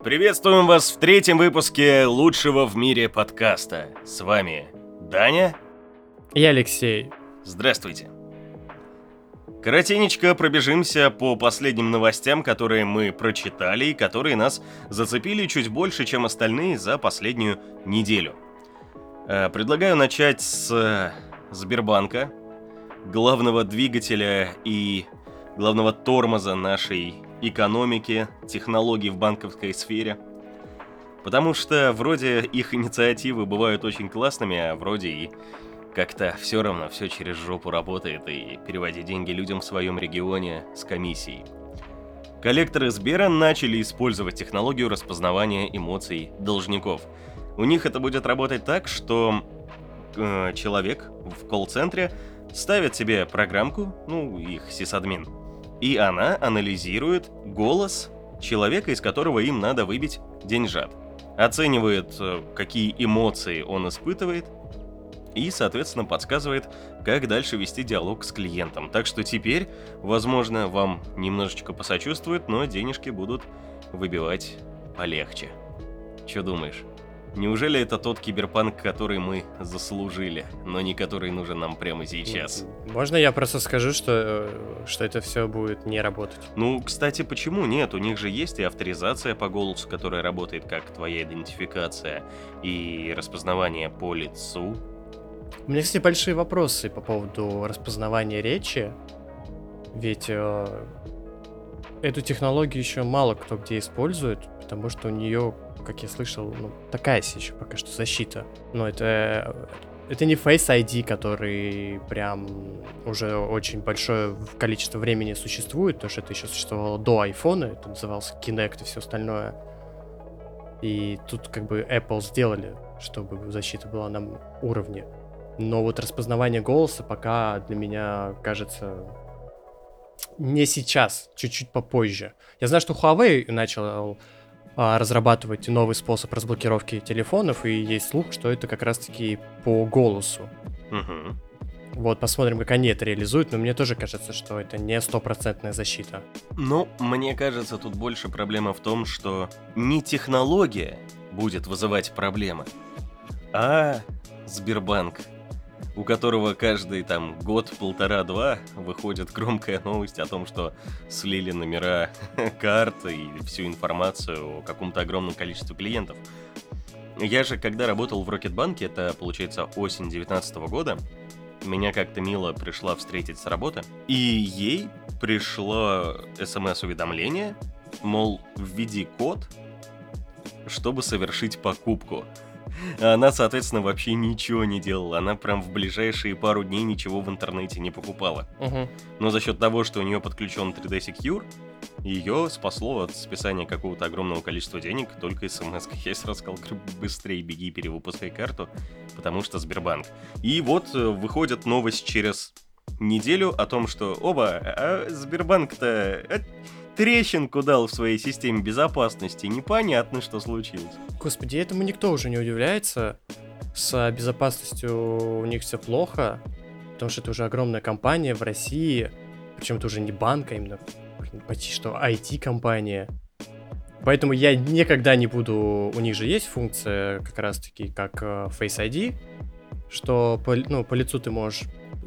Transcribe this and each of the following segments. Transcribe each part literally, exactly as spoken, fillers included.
Приветствуем вас в третьем выпуске лучшего в мире подкаста. С вами Даня и Алексей. Здравствуйте. Коротенечко пробежимся по последним новостям, которые мы прочитали и которые нас зацепили чуть больше, чем остальные за последнюю неделю. Предлагаю начать с Сбербанка, главного двигателя и главного тормоза нашей экономики, технологий в банковской сфере. Потому что вроде их инициативы бывают очень классными, а вроде и как-то все равно все через жопу работает и переводит деньги людям в своем регионе с комиссией. Коллекторы Сбера начали использовать технологию распознавания эмоций должников. У них это будет работать так, что э, человек в колл-центре ставит себе программку, ну, их сисадмин, и она анализирует голос человека, из которого им надо выбить деньжат. Оценивает, какие эмоции он испытывает, и, соответственно, подсказывает, как дальше вести диалог с клиентом. Так что теперь, возможно, вам немножечко посочувствует, но денежки будут выбивать полегче. Че думаешь? Неужели это тот киберпанк, который мы заслужили, но не который нужен нам прямо сейчас? Можно я просто скажу, что, что это все будет не работать? Ну, кстати, почему нет? У них же есть и авторизация по голосу, которая работает как твоя идентификация, и распознавание по лицу. У меня, кстати, большие вопросы по поводу распознавания речи, ведь э, эту технологию еще мало кто где использует, потому что у нее, как я слышал, ну, такая себе еще пока что защита. Но это, это не Face ай ди, который прям уже очень большое количество времени существует, потому что это еще существовало до айфона, это назывался Kinect и все остальное. И тут как бы Apple сделали, чтобы защита была на уровне. Но вот распознавание голоса пока для меня кажется не сейчас, чуть-чуть попозже. Я знаю, что Huawei начал разрабатывать новый способ разблокировки телефонов, и есть слух, что это как раз-таки по голосу. Угу. Вот, посмотрим, как они это реализуют, но мне тоже кажется, что это не стопроцентная защита. Ну, мне кажется, тут больше проблема в том, что не технология будет вызывать проблемы, а Сбербанк, у которого каждый там год, полтора-два выходит громкая новость о том, что слили номера карт и всю информацию о каком-то огромном количестве клиентов. Я же, когда работал в Рокетбанке, это, получается, осень девятнадцатого года, меня как-то Мила пришла встретить с работы, и ей пришло смс-уведомление, мол, введи код, чтобы совершить покупку. А она, соответственно, вообще ничего не делала. Она прям в ближайшие пару дней ничего в интернете не покупала. Угу. Но за счет того, что у нее подключен три дэ Secure, ее спасло от списания какого-то огромного количества денег только смс-кой. Я сразу сказал, быстрее беги, перевыпускай карту, потому что Сбербанк. И вот выходит новость через неделю о том, что оба, а Сбербанк-то а, трещинку дал в своей системе безопасности. Непонятно, что случилось. Господи, этому никто уже не удивляется. С безопасностью у них все плохо, потому что это уже огромная компания в России. Причем это уже не банк, а именно почти что ай ти-компания. Поэтому я никогда не буду... У них же есть функция как раз-таки как Face ай ди, что по, ну, по лицу ты можешь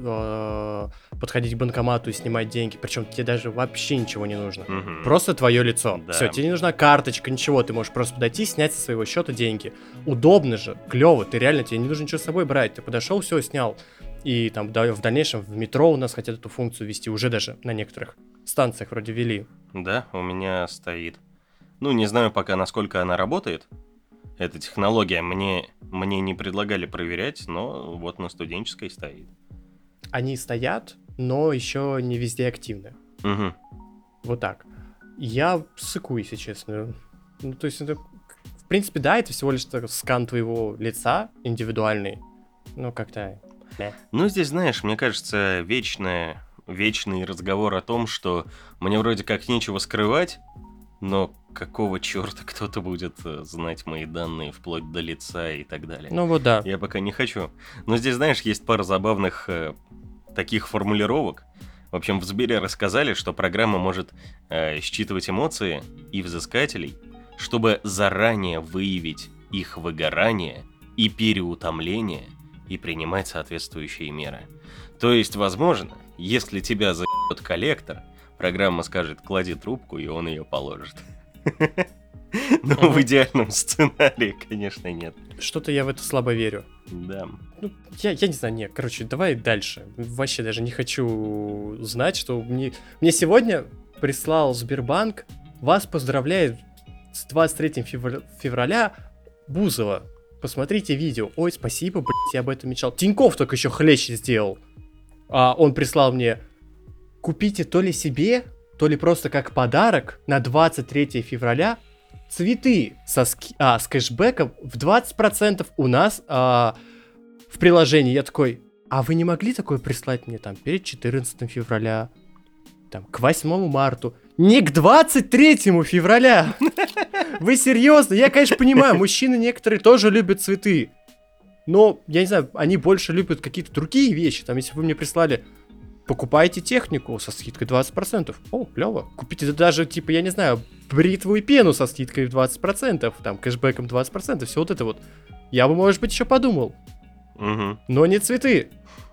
э, подходить к банкомату и снимать деньги, причем тебе даже вообще ничего не нужно. Угу. Просто твое лицо. Да. Все, тебе не нужна карточка, ничего, ты можешь просто подойти, снять со своего счета деньги. Удобно же, клево, ты реально, тебе не нужно ничего с собой брать. Ты подошел, все, снял. И там в дальнейшем в метро у нас хотят эту функцию ввести, уже даже на некоторых станциях вроде ввели. Да, у меня стоит. Ну, не знаю пока, насколько она работает. Эта технология мне, мне не предлагали проверять, но вот на студенческой стоит. Они стоят, но еще не везде активны. Угу. Вот так. Я сыку, если честно. Ну, то есть, это, в принципе, да, это всего лишь скан твоего лица индивидуальный. Ну, как-то... Ну, здесь, знаешь, мне кажется, вечное, вечный разговор о том, что мне вроде как нечего скрывать, но какого черта кто-то будет знать мои данные вплоть до лица и так далее. Ну вот да. Я пока не хочу. Но здесь, знаешь, есть пара забавных э, таких формулировок. В общем, в Сбере рассказали, что программа может э, считывать эмоции и взыскателей, чтобы заранее выявить их выгорание и переутомление и принимать соответствующие меры. То есть, возможно, если тебя заебет коллектор, программа скажет: клади трубку, и он ее положит. Но в идеальном сценарии, конечно, нет. Что-то я в это слабо верю. Да. Ну, я, я не знаю, нет, короче, давай дальше. Вообще даже не хочу знать, что мне, мне сегодня прислал Сбербанк: вас поздравляет с двадцать третьего февраля Бузова. Посмотрите видео. Ой, спасибо, блядь, я об этом мечтал. Тинькофф только еще хлеще сделал. А он прислал мне: купите то ли себе, то ли просто как подарок на двадцать третьего февраля цветы со ски... а, с кэшбэком в двадцать процентов у нас а, в приложении. Я такой: а вы не могли такое прислать мне там перед четырнадцатого февраля, там, к восьмому марта, не к двадцать третьего февраля? Вы серьезно? Я, конечно, понимаю, мужчины некоторые тоже любят цветы, но, я не знаю, они больше любят какие-то другие вещи. Там, если вы мне прислали: покупайте технику со скидкой двадцать процентов. О, клево. Купите даже, типа, я не знаю, бритву и пену со скидкой двадцать процентов, там, кэшбэком двадцать процентов, все вот это вот. Я бы, может быть, еще подумал. Угу. Но не цветы.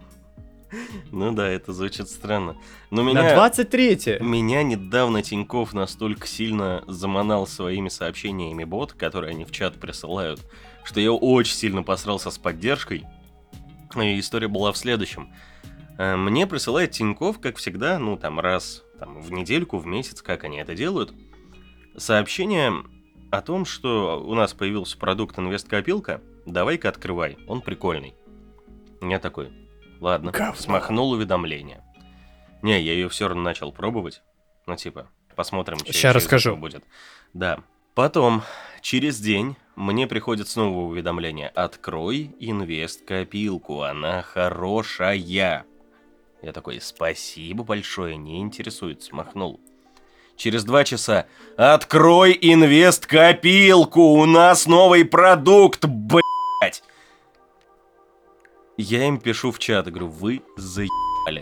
Ну да, это звучит странно. Но меня... На двадцать третье. Меня недавно Тинькофф настолько сильно заманал своими сообщениями бот, которые они в чат присылают, что я очень сильно посрался с поддержкой. И история была в следующем. Мне присылает Тинькофф, как всегда, ну там раз там, в недельку, в месяц, как они это делают, сообщение о том, что у нас появился продукт инвест-копилка, давай-ка открывай, он прикольный. Я такой: ладно, Говно. смахнул уведомление. Не, я ее все равно начал пробовать. Ну типа, посмотрим, что Сейчас расскажу. будет. Да. Потом, через день, мне приходит снова уведомление: открой инвест-копилку, она хорошая. Я такой: спасибо большое, не интересует, смахнул. Через два часа: открой инвест-копилку, у нас новый продукт, блять. Я им пишу в чат, говорю: вы заебали.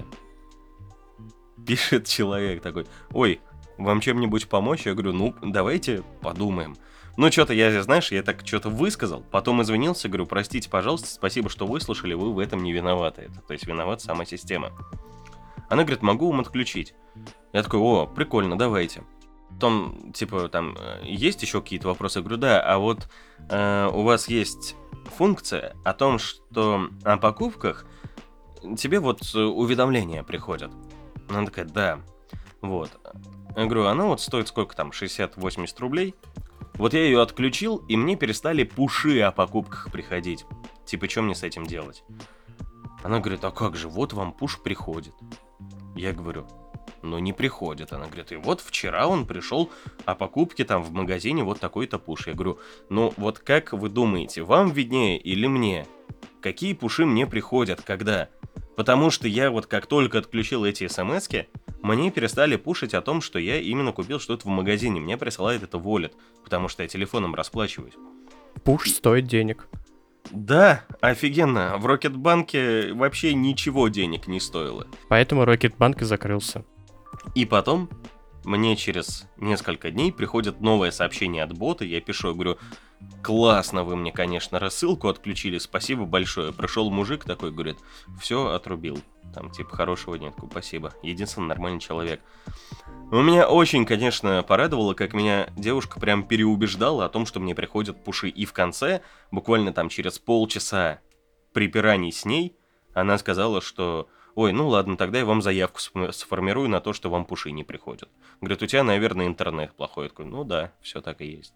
Пишет человек такой: ой, вам чем-нибудь помочь? Я говорю: ну, давайте подумаем. Ну, что-то я, знаешь, я так что-то высказал, потом извинился, говорю: простите, пожалуйста, спасибо, что выслушали, вы в этом не виноваты. Это, то есть виновата сама система. Она говорит: могу вам отключить. Я такой: о, прикольно, давайте. Потом, типа, там, есть еще какие-то вопросы? Я говорю: да, а вот э, у вас есть функция о том, что о покупках тебе вот уведомления приходят. Она такая: да. Вот. Я говорю: она вот стоит сколько там, шестьдесят-восемьдесят рублей. Вот я ее отключил, и мне перестали пуши о покупках приходить. Типа, что мне с этим делать? Она говорит: а как же, вот вам пуш приходит. Я говорю: ну не приходит. Она говорит: и вот вчера он пришел о покупке там в магазине, вот такой-то пуш. Я говорю: ну вот как вы думаете, вам виднее или мне? Какие пуши мне приходят, когда? Потому что я вот как только отключил эти смски, мне перестали пушить о том, что я именно купил что-то в магазине. Мне присылает это Wallet, потому что я телефоном расплачиваюсь. Пуш стоит денег. Да, офигенно. В Рокетбанке вообще ничего денег не стоило. Поэтому Рокетбанк и закрылся. И потом мне через несколько дней приходит новое сообщение от бота. Я пишу, я говорю: классно, вы мне, конечно, рассылку отключили, спасибо большое. Пришел мужик такой, говорит: все, отрубил. Там, типа, хорошего нет, спасибо. Единственный нормальный человек. У меня очень, конечно, порадовало, как меня девушка прям переубеждала о том, что мне приходят пуши. И в конце, буквально там через полчаса припираний с ней, она сказала, что: ой, ну ладно, тогда я вам заявку сформирую на то, что вам пуши не приходят. Говорит: у тебя, наверное, интернет плохой. Я такой: ну да, все так и есть.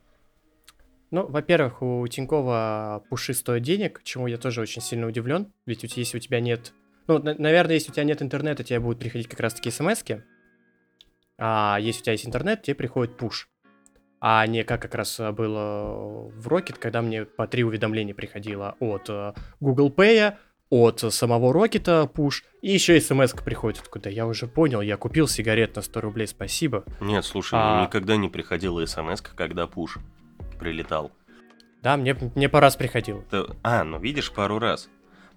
Ну, во-первых, у Тинькова пуши стоят денег, чему я тоже очень сильно удивлен. Ведь если у тебя нет... Ну, на- наверное, если у тебя нет интернета, тебе будут приходить как раз-таки смски. А если у тебя есть интернет, тебе приходит пуш. А не как как раз было в Rocket, когда мне по три уведомления приходило от э, Google Pay, от самого Рокета пуш, и еще смс-ка приходит. Откуда я уже понял, я купил сигарет на сто рублей, спасибо. Нет, слушай, А- мне никогда не приходила смс-ка, когда пуш прилетал. Да, мне, мне по раз приходило. Это- А, ну видишь, пару раз.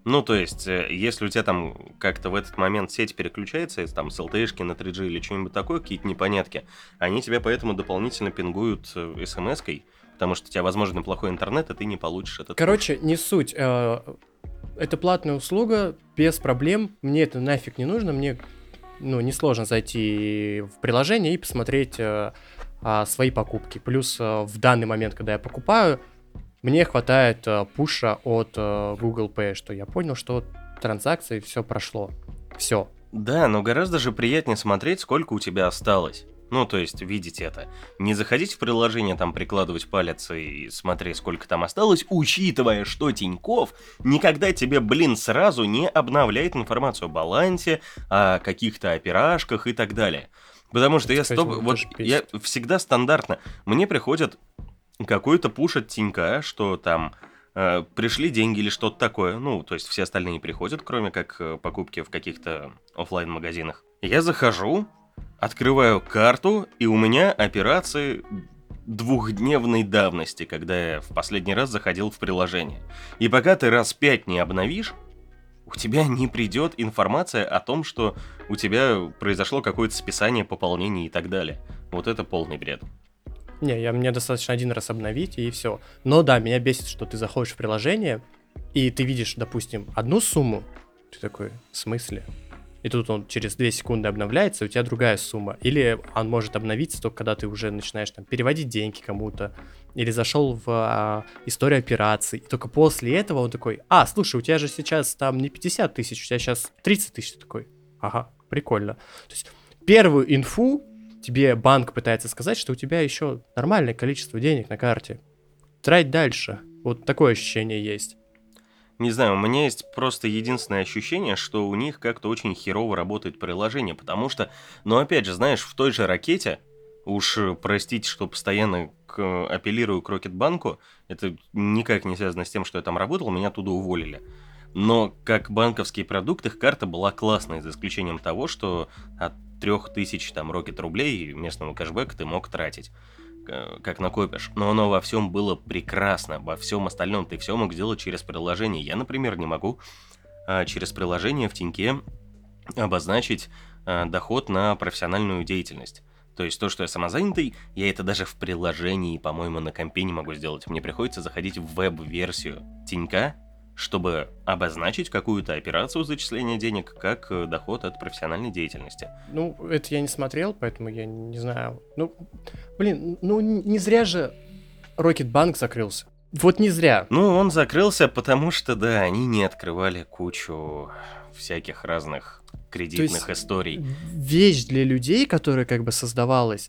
Ну, то есть, э, если у тебя там как-то в этот момент сеть переключается, там с эл ти и-шки на три джи или что-нибудь такое, какие-то непонятки, они тебя поэтому дополнительно пингуют э, смс-кой, потому что у тебя, возможно, плохой интернет, и ты не получишь этот Короче, не суть. э, Это платная услуга, без проблем. Мне это нафиг не нужно. Мне, ну, несложно зайти в приложение и посмотреть э, а, свои покупки. Плюс э, в данный момент, когда я покупаю, мне хватает э, пуша от э, Google Pay, что я понял, что транзакции все прошло. Все. Да, но гораздо же приятнее смотреть, сколько у тебя осталось. Ну, то есть, видеть это. Не заходить в приложение, там, прикладывать палец и смотреть, сколько там осталось, учитывая, что Тинькофф никогда тебе, блин, сразу не обновляет информацию о балансе, о каких-то операшках и так далее. Потому что я, Кстати, стоп... меня вот, тоже я бесит. всегда стандартно. Мне приходит какой-то пуш от Тинька, что там э, пришли деньги или что-то такое. Ну, то есть все остальные приходят, кроме как э, покупки в каких-то оффлайн-магазинах. Я захожу, открываю карту, и у меня операции двухдневной давности, когда я в последний раз заходил в приложение. И пока ты раз пять не обновишь, у тебя не придет информация о том, что у тебя произошло какое-то списание, пополнение и так далее. Вот это полный бред. Не, я, мне достаточно один раз обновить, и все. Но да, меня бесит, что ты заходишь в приложение, и ты видишь, допустим, одну сумму. Ты такой, в смысле? И тут он через две секунды обновляется, и у тебя другая сумма. Или он может обновиться только когда ты уже начинаешь там переводить деньги кому-то, или зашел в а, историю операций. И только после этого он такой, а, слушай, у тебя же сейчас там не пятьдесят тысяч, у тебя сейчас тридцать тысяч. Ты такой, ага, прикольно. То есть первую инфу тебе банк пытается сказать, что у тебя еще нормальное количество денег на карте. Трать дальше. Вот такое ощущение есть. Не знаю, у меня есть просто единственное ощущение, что у них как-то очень херово работает приложение, потому что, ну опять же, знаешь, в той же ракете, уж э, простите, что постоянно к- апеллирую к Рокетбанку, это никак не связано с тем, что я там работал, меня оттуда уволили. Но как банковский продукт их карта была классной, за исключением того, что от трех тысяч там Рокет рублей местного кэшбэка ты мог тратить, э, как накопишь. Но оно во всем было прекрасно, во всем остальном ты все мог сделать через приложение. Я, например, не могу а, через приложение в Тиньке обозначить а, доход на профессиональную деятельность. То есть то, что я самозанятый, я это даже в приложении, по-моему, на компе не могу сделать. Мне приходится заходить в веб-версию Тинька, чтобы обозначить какую-то операцию зачисления денег как э, доход от профессиональной деятельности. Ну, это я не смотрел, поэтому я не знаю. Ну, блин, ну не зря же Рокетбанк закрылся. Вот не зря. Ну, он закрылся, потому что, да, они не открывали кучу всяких разных кредитных То есть историй. вещь для людей, которая как бы создавалась,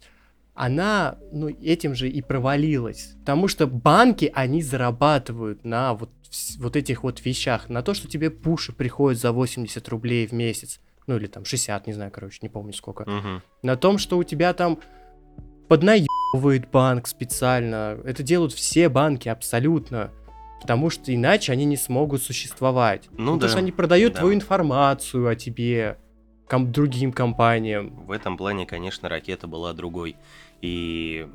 она, ну, этим же и провалилась. Потому что банки, они зарабатывают на вот, вс- вот этих вот вещах. На то, что тебе пуши приходят за восемьдесят рублей в месяц. Ну, или там шестьдесят, не знаю, короче, не помню сколько. Мгм. На том, что у тебя там поднаебывает банк специально. Это делают все банки абсолютно. Потому что иначе они не смогут существовать. Ну Потому да, что они продают да. твою информацию о тебе ком- другим компаниям. В этом плане, конечно, ракета была другой. И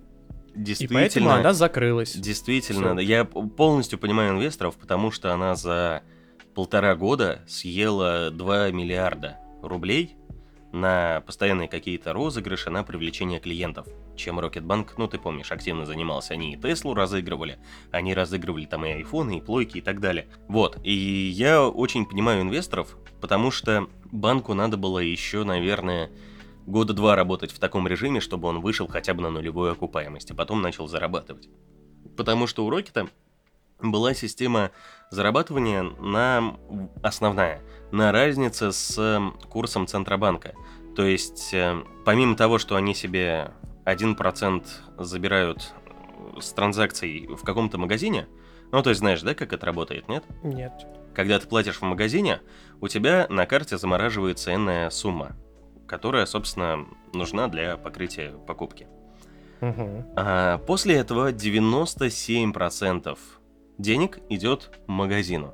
И действительно... поэтому она закрылась. Действительно, Всё. да, я п- полностью понимаю инвесторов, потому что она за полтора года съела два миллиарда рублей на постоянные какие-то розыгрыши, на привлечение клиентов. Чем Рокетбанк, ну ты помнишь, активно занимался. Они и Теслу разыгрывали, они разыгрывали там и айфоны, и плойки, и так далее. Вот, и я очень понимаю инвесторов, потому что банку надо было еще, наверное, года два работать в таком режиме, чтобы он вышел хотя бы на нулевую окупаемость, а потом начал зарабатывать. Потому что у Рокета была система зарабатывания на основная, на разнице с э, курсом Центробанка. То есть, э, помимо того, что они себе один процент забирают с транзакций в каком-то магазине, ну, то есть, знаешь, да, как это работает, нет? Нет. Когда ты платишь в магазине, у тебя на карте замораживается энная сумма, которая, собственно, нужна для покрытия покупки. Мгм. А после этого девяносто семь процентов денег идет магазину.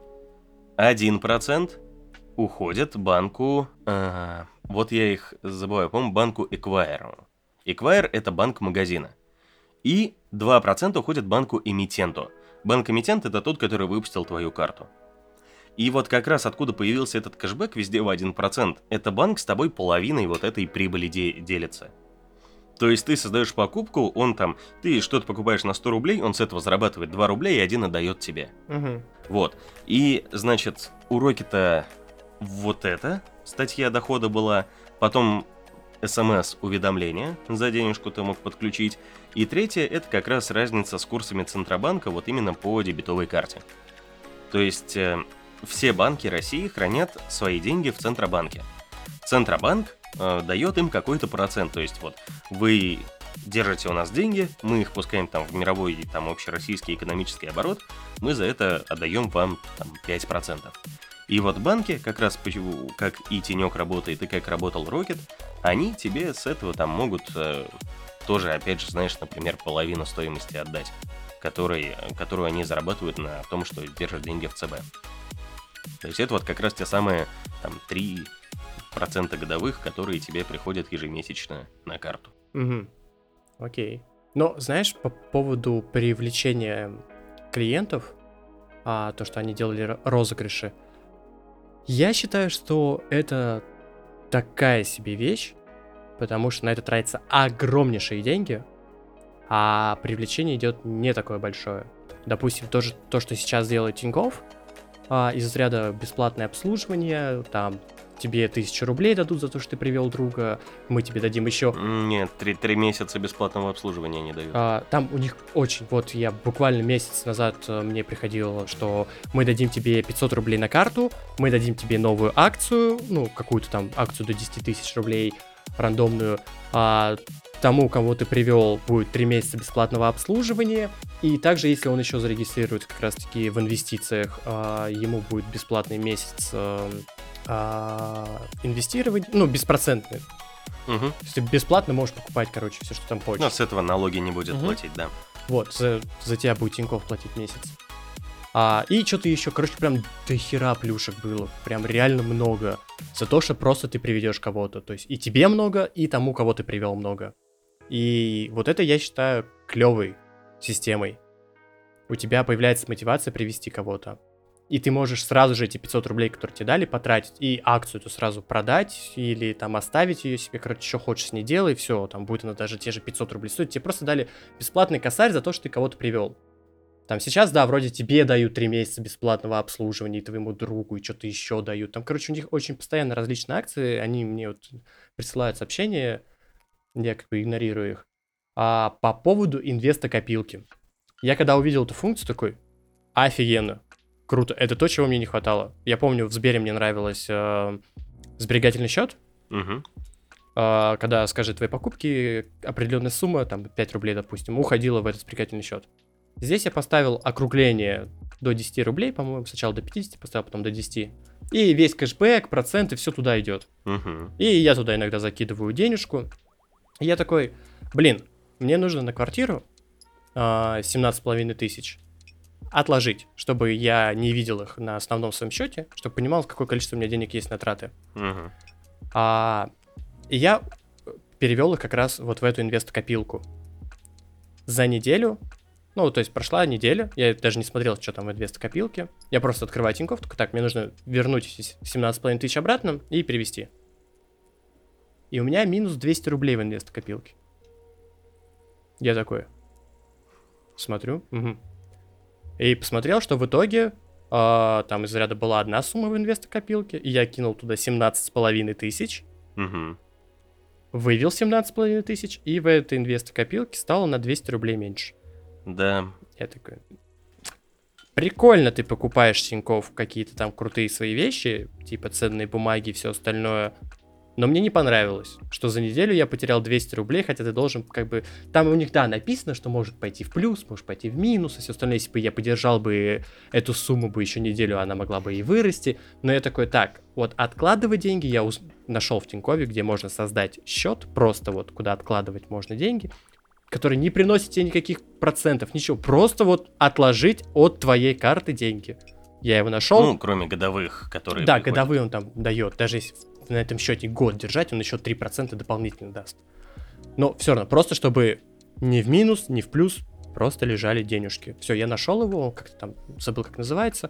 один процент уходит банку... а, вот я их забываю, по-моему, банку Эквайр. Эквайр — это банк магазина. И два процента уходит банку эмитенту. Банк-эмитент — это тот, который выпустил твою карту. И вот как раз откуда появился этот кэшбэк везде в один процент, это банк с тобой половиной вот этой прибыли де- делится. То есть ты создаешь покупку, он там, ты что-то покупаешь на сто рублей, он с этого зарабатывает два рубля и один отдает тебе. Угу. Вот. И, значит, уроки-то вот это, статья дохода была, потом смс-уведомления за денежку ты мог подключить, и третье, это как раз разница с курсами Центробанка вот именно по дебетовой карте. То есть э, все банки России хранят свои деньги в Центробанке. Центробанк э, дает им какой-то процент, то есть вот вы держите у нас деньги, мы их пускаем там в мировой, там общероссийский экономический оборот, мы за это отдаем вам там пять процентов. И вот банки, как раз почему, как и Тенек работает, и как работал Rocket, они тебе с этого там могут э, тоже, опять же, знаешь, например, половину стоимости отдать, который, которую они зарабатывают на том, что держат деньги в ЦБ. То есть это вот как раз те самые там три процента годовых, которые тебе приходят ежемесячно на карту. Угу. Окей. Но, знаешь, по поводу привлечения клиентов, а, то, что они делали розыгрыши, я считаю, что это такая себе вещь, потому что на это тратятся огромнейшие деньги, а привлечение идет не такое большое. Допустим, то, же, то что сейчас делает Тинькофф, а, из разряда бесплатное обслуживание, там тебе тысячу рублей дадут за то, что ты привел друга, мы тебе дадим еще... Нет, три, три месяца бесплатного обслуживания не дают. А, там у них очень... Вот я буквально месяц назад а, мне приходило, что мы дадим тебе пятьсот рублей на карту, мы дадим тебе новую акцию, ну, какую-то там акцию до десять тысяч рублей, рандомную, а тому, кого ты привел, будет три месяца бесплатного обслуживания, и также, если он еще зарегистрируется как раз-таки в инвестициях, а, ему будет бесплатный месяц... А, А, инвестировать, ну, беспроцентный. Угу. То есть ты бесплатно можешь покупать, короче, все, что там хочешь. Но с этого налоги не будет Угу. платить, да. Вот, за, за тебя будет Тинькофф платить месяц. А, и что-то еще, короче, прям до хера плюшек было. Прям реально много. За то, что просто ты приведешь кого-то. То есть и тебе много, и тому, кого ты привел, много. И вот это я считаю клевой системой. У тебя появляется мотивация привести кого-то. И ты можешь сразу же эти пятьсот рублей, которые тебе дали, потратить, и акцию эту сразу продать, или там оставить ее себе, короче, что хочешь с ней делай, и все, там будет она даже те же пятьсот рублей стоить. Тебе просто дали бесплатный косарь за то, что ты кого-то привел. Там сейчас, да, вроде тебе дают три месяца бесплатного обслуживания, и твоему другу, и что-то еще дают. Там, короче, у них очень постоянно различные акции, они мне вот присылают сообщения, я как бы игнорирую их. А по поводу инвеста-копилки. Я когда увидел эту функцию, такой, офигенно. Круто. Это то, чего мне не хватало. Я помню, в Сбере мне нравилось э, сберегательный счет. Угу. Э, когда, скажи, твои покупки, определенная сумма, там пять рублей, допустим, уходила в этот сберегательный счет. Здесь я поставил округление до десяти рублей, по-моему, сначала до пятидесяти поставил, потом до десяти. И весь кэшбэк, проценты, все туда идет. Угу. И я туда иногда закидываю денежку. И я такой, блин, мне нужно на квартиру э, семнадцать с половиной тысяч отложить, чтобы я не видел их на основном своем счете, чтобы понимал, какое количество у меня денег есть на траты. Угу. А, и я перевел их как раз вот в эту инвест-копилку. За неделю, ну, то есть прошла неделя, я даже не смотрел, что там в инвест-копилке. Я просто открываю Тинькофф, только так, мне нужно вернуть семнадцать с половиной тысяч обратно и перевести. И у меня минус двести рублей в инвест-копилке. Я такой смотрю, угу. И посмотрел, что в итоге э, там из ряда была одна сумма в инвест-копилке, и я кинул туда семнадцать с половиной тысяч, Угу. вывел семнадцать с половиной тысяч, и в этой инвест-копилке стало на двести рублей меньше. Да. Я такой, прикольно ты покупаешь, Тинькофф, какие-то там крутые свои вещи, типа ценные бумаги и все остальное, но мне не понравилось, что за неделю я потерял двести рублей, хотя ты должен как бы... Там у них, да, написано, что может пойти в плюс, может пойти в минус, и все остальное. Если бы я подержал бы эту сумму бы еще неделю, она могла бы и вырасти. Но я такой, так, вот откладывать деньги я уз... нашел в Тинькове, где можно создать счет, просто вот куда откладывать можно деньги, который не приносит тебе никаких процентов, ничего. Просто вот отложить от твоей карты деньги. Я его нашел. Ну, кроме годовых, которые... Да, приходят. годовые он там дает. Даже если на этом счете год держать, он еще три процента дополнительно даст. Но все равно, просто чтобы ни в минус, ни в плюс, просто лежали денежки. Все, я нашел его, как-то там забыл, как называется.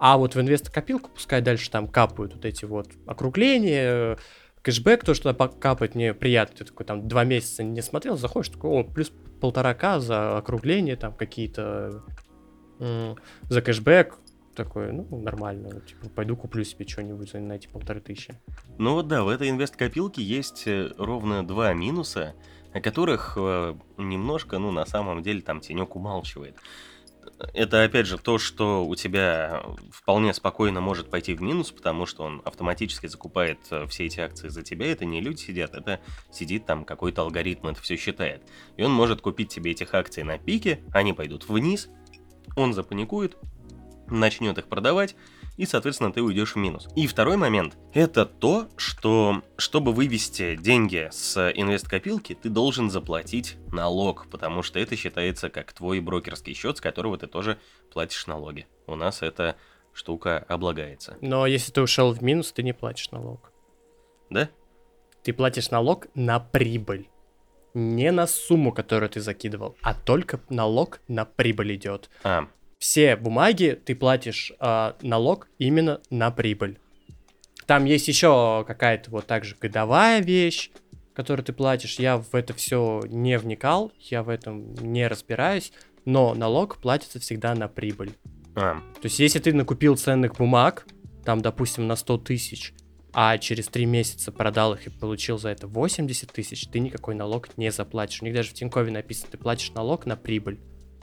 А вот в инвест-копилку пускай дальше там капают вот эти вот округления, кэшбэк, то, что капает, мне приятно. Ты такой там два месяца не смотрел, заходишь, такой, о, плюс полтора к за округление, там какие-то м- за кэшбэк. Такой, ну, нормально. Типа, пойду куплю себе что-нибудь на эти полторы тысячи. Ну вот да, в этой инвест-копилке есть ровно два минуса, о которых э, немножко, ну, на самом деле, там тенек умалчивает. Это, опять же, то, что у тебя вполне спокойно может пойти в минус, потому что он автоматически закупает все эти акции за тебя. Это не люди сидят, это сидит там какой-то алгоритм, это все считает. И он может купить тебе этих акций на пике, они пойдут вниз, он запаникует, начнет их продавать, и, соответственно, ты уйдешь в минус. И второй момент, это то, что, чтобы вывести деньги с инвест-копилки, ты должен заплатить налог, потому что это считается как твой брокерский счет, с которого ты тоже платишь налоги. У нас эта штука облагается. Но если ты ушел в минус, ты не платишь налог. Да? Ты платишь налог на прибыль. Не на сумму, которую ты закидывал, а только налог на прибыль идет. А, Все бумаги ты платишь э, налог именно на прибыль. Там есть еще какая-то вот также годовая вещь, которую ты платишь. Я в это все не вникал, я в этом не разбираюсь, но налог платится всегда на прибыль. а. То есть если ты накупил ценных бумаг, там, допустим, на сто тысяч, а через три месяца продал их и получил за это восемьдесят тысяч, ты никакой налог не заплатишь. У них даже в Тинькове написано, ты платишь налог на прибыль.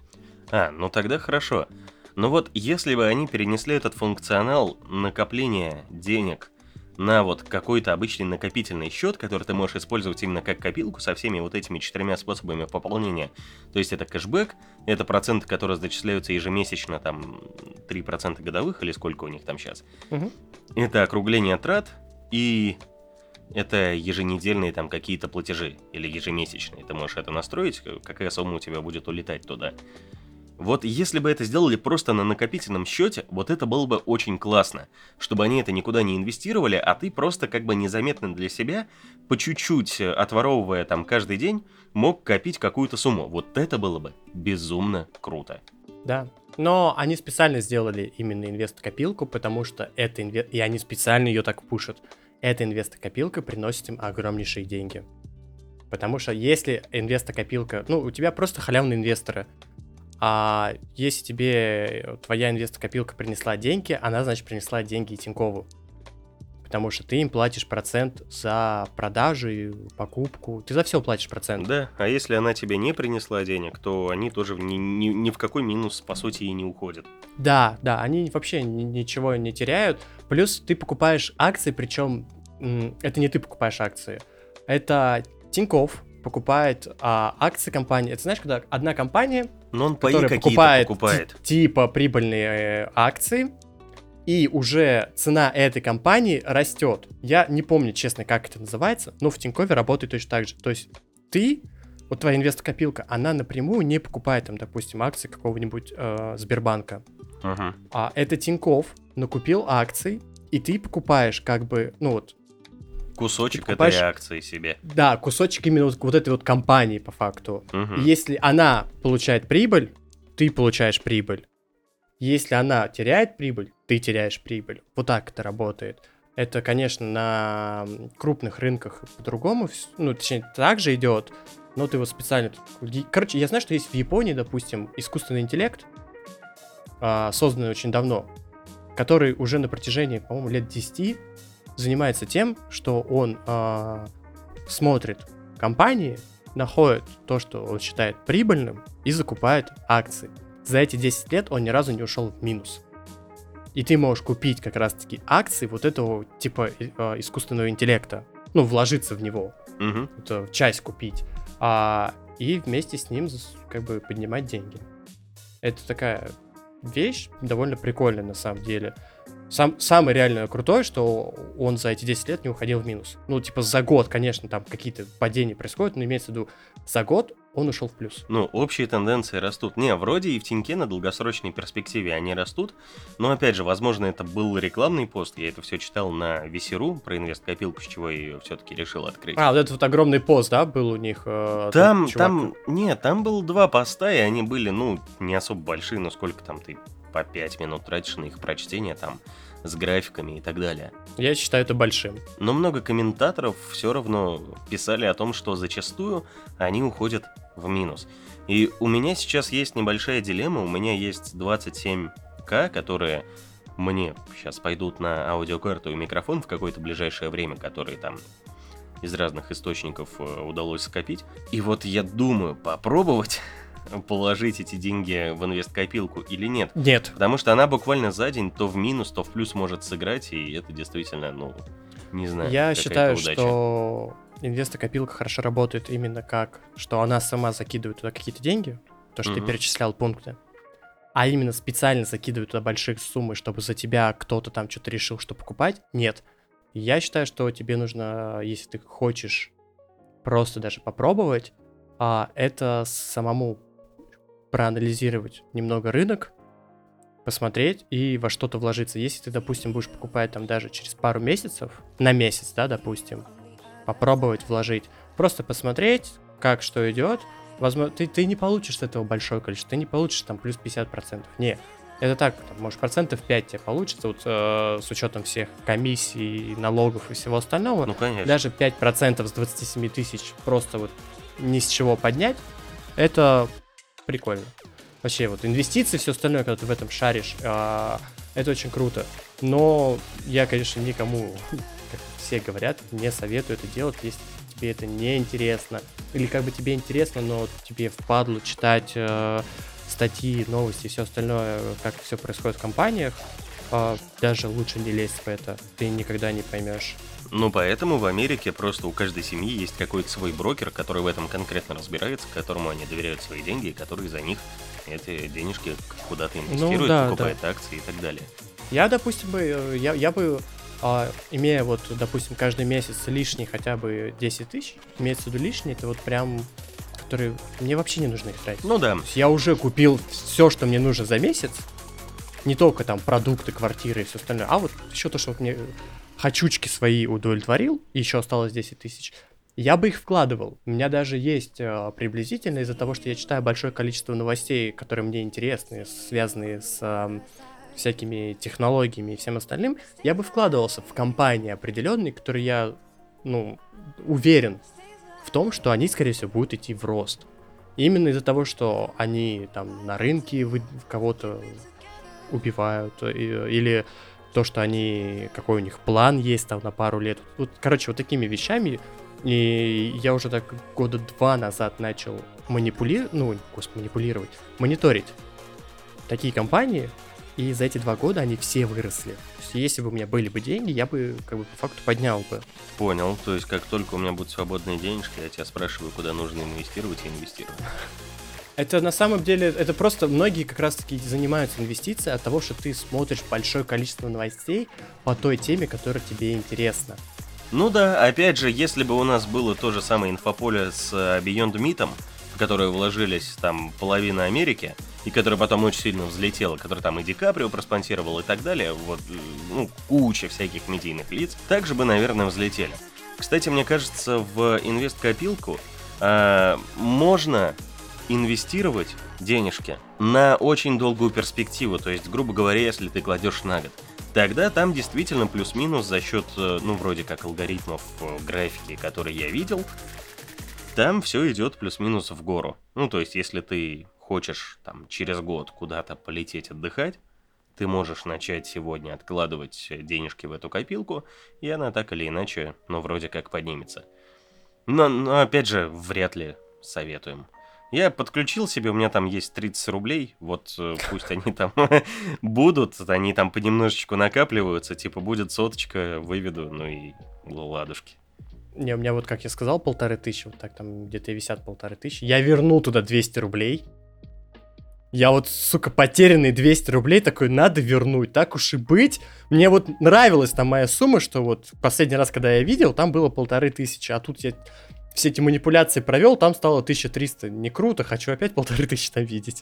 А, ну тогда хорошо. Но вот если бы они перенесли этот функционал накопления денег на вот какой-то обычный накопительный счет, который ты можешь использовать именно как копилку со всеми вот этими четырьмя способами пополнения. То есть это кэшбэк, это проценты, которые зачисляются ежемесячно, там три процента годовых или сколько у них там сейчас. Угу. Это округление трат и это еженедельные там какие-то платежи или ежемесячные. Ты можешь это настроить, какая сумма у тебя будет улетать туда. Вот если бы это сделали просто на накопительном счете, вот это было бы очень классно, чтобы они это никуда не инвестировали, а ты просто как бы незаметно для себя, по чуть-чуть отворовывая там каждый день, мог копить какую-то сумму. Вот это было бы безумно круто. Да, но они специально сделали именно инвест-копилку, потому что это инве... и они специально ее так пушат. Эта инвест-копилка приносит им огромнейшие деньги. Потому что если инвест-копилка, ну, у тебя просто халявные инвесторы, а если тебе твоя инвест-копилка принесла деньги, она, значит, принесла деньги и Тинькову. Потому что ты им платишь процент за продажу и покупку. Ты за все платишь процент. Да, а если она тебе не принесла денег, то они тоже ни, ни, ни в какой минус, по сути, и не уходят. Да, да, они вообще ни- ничего не теряют. Плюс ты покупаешь акции, причем м, это не ты покупаешь акции. Это Тинькофф покупает а, акции компании. Это знаешь, когда одна компания, Но он паи которая какие-то покупает, покупает. ти- типа прибыльные э, акции, и уже цена этой компании растет. Я не помню, честно, как это называется, но в Тинькове работает точно так же. То есть ты, вот твоя инвест-копилка, она напрямую не покупает, там, допустим, акции какого-нибудь э, Сбербанка. Ага. А это Тинькофф накупил акций, и ты покупаешь как бы, ну вот, Кусочек Ты покупаешь- этой акции себе. да, кусочек именно вот, вот этой вот компании по факту. Мгм. И если она получает прибыль, ты получаешь прибыль. Если она теряет прибыль, ты теряешь прибыль. Вот так это работает. Это, конечно, на крупных рынках по-другому, вс- ну, точнее, так же идет, но ты вот специально... тут- Короче, я знаю, что есть в Японии, допустим, искусственный интеллект, а, созданный очень давно, который уже на протяжении, по-моему, лет десяти занимается тем, что он а, смотрит компании, находит то, что он считает прибыльным, и закупает акции. За эти десять лет он ни разу не ушел в минус. И ты можешь купить как раз-таки акции вот этого типа э, э, искусственного интеллекта. Ну, вложиться в него. Мгм. Это часть купить. А, и вместе с ним зас- как бы поднимать деньги. Это такая вещь довольно прикольная на самом деле. Сам, самое реально крутое, что он за эти десять лет не уходил в минус. Ну, типа за год, конечно, там какие-то падения происходят, но имеется в виду, за год он ушел в плюс. Ну, общие тенденции растут. Не, вроде и в Тиньке на долгосрочной перспективе они растут, но опять же, возможно, это был рекламный пост, я это все читал на ви си точка ру про инвест-копилку, с чего я ее все-таки решил открыть. А, вот этот вот огромный пост, да, был у них? э, Там, тот чувак. там, нет, там было два поста, и они были, ну, не особо большие, но сколько там ты, по пять минут тратишь на их прочтение там с графиками и так далее. Я считаю это большим. Но много комментаторов все равно писали о том, что зачастую они уходят в минус. И у меня сейчас есть небольшая дилемма. У меня есть двадцать семь ка, которые мне сейчас пойдут на аудиокарту и микрофон в какое-то ближайшее время, которые там из разных источников удалось скопить. И вот я думаю попробовать положить эти деньги в инвесткопилку или нет. Нет. Потому что она буквально за день то в минус, то в плюс может сыграть, и это действительно, ну, не знаю, Я считаю, удача. что инвестокопилка хорошо работает именно как, что она сама закидывает туда какие-то деньги, то, что Мгм. ты перечислял пункты, а именно специально закидывает туда большие суммы, чтобы за тебя кто-то там что-то решил, что покупать. Нет. Я считаю, что тебе нужно, если ты хочешь просто даже попробовать, а, это самому проанализировать немного рынок, посмотреть и во что-то вложиться. Если ты, допустим, будешь покупать там даже через пару месяцев, на месяц, да, допустим, попробовать вложить, просто посмотреть, как что идет, возможно, ты, ты не получишь с этого большое количество, ты не получишь там плюс пятьдесят процентов. Не, это так, там, может, процентов пять тебе получится, вот э, с учетом всех комиссий, налогов и всего остального. Ну, конечно. Даже пять процентов с двадцати семи тысяч просто вот ни с чего поднять, это прикольно. Вообще, вот инвестиции, все остальное, когда ты в этом шаришь, а, это очень круто. Но я, конечно, никому, как все говорят, не советую это делать, если тебе это не интересно. Или как бы тебе интересно, но тебе впадлу читать э, статьи, новости и все остальное, как все происходит в компаниях. А, даже лучше не лезть в это, ты никогда не поймешь. Ну, поэтому в Америке просто у каждой семьи есть какой-то свой брокер, который в этом конкретно разбирается, которому они доверяют свои деньги, и который за них эти денежки куда-то инвестирует, да, покупает акции и так далее. Я, допустим, бы, э, я, я бы, а, имея вот, допустим, каждый месяц лишний хотя бы десять тысяч, имеется в виду лишний, это вот прям, которые мне вообще не нужно их тратить. Ну да. То есть я уже купил все, что мне нужно за месяц, не только там продукты, квартиры и все остальное, а вот еще то, что вот мне хочучки свои удовлетворил, и еще осталось десять тысяч, я бы их вкладывал. У меня даже есть э, приблизительно из-за того, что я читаю большое количество новостей, которые мне интересны, связанные с э, всякими технологиями и всем остальным, я бы вкладывался в компании определенные, которые я, ну, уверен в том, что они, скорее всего, будут идти в рост. Именно из-за того, что они там на рынке вы, кого-то убивают, и, или то, что они, какой у них план есть там на пару лет. Вот, короче, вот такими вещами. И я уже так года два назад начал манипулировать, ну, господи, манипулировать, мониторить такие компании, и за эти два года они все выросли. То есть, если бы у меня были бы деньги, я бы, как бы, по факту поднял бы. Понял, то есть как только у меня будут свободные денежки, я тебя спрашиваю, куда нужно инвестировать, и инвестирую. Это на самом деле, это просто многие как раз-таки занимаются инвестицией от того, что ты смотришь большое количество новостей по той теме, которая тебе интересна. Ну да, опять же, если бы у нас было то же самое инфополе с э, Beyond Meat, в которое вложились там половина Америки, и которая потом очень сильно взлетела, который там и Ди Каприо проспонсировал и так далее, вот, э, ну, куча всяких медийных лиц, также бы, наверное, взлетели. Кстати, мне кажется, в инвесткопилку э, можно инвестировать денежки на очень долгую перспективу, то есть, грубо говоря, если ты кладешь на год. Тогда там действительно плюс-минус за счет, ну, вроде как алгоритмов графики, которые я видел, там все идет плюс-минус в гору. Ну, то есть, если ты хочешь там через год куда-то полететь отдыхать, ты можешь начать сегодня откладывать денежки в эту копилку, и она так или иначе, ну, вроде как поднимется. Но, но опять же, вряд ли советуем. Я подключил себе, у меня там есть тридцать рублей, вот э, пусть они там будут, они там понемножечку накапливаются, типа будет соточка, выведу, ну и ладушки. Не, у меня вот, как я сказал, полторы тысячи, вот так там где-то висят полторы тысячи. Я вернул туда двести рублей. Я вот, сука, потерянный двести рублей такой, надо вернуть, так уж и быть. Мне вот нравилась там моя сумма, что вот последний раз, когда я видел, там было полторы тысячи, а тут я все эти манипуляции провел, там стало тысяча триста. Не круто, хочу опять полторы тысячи там видеть.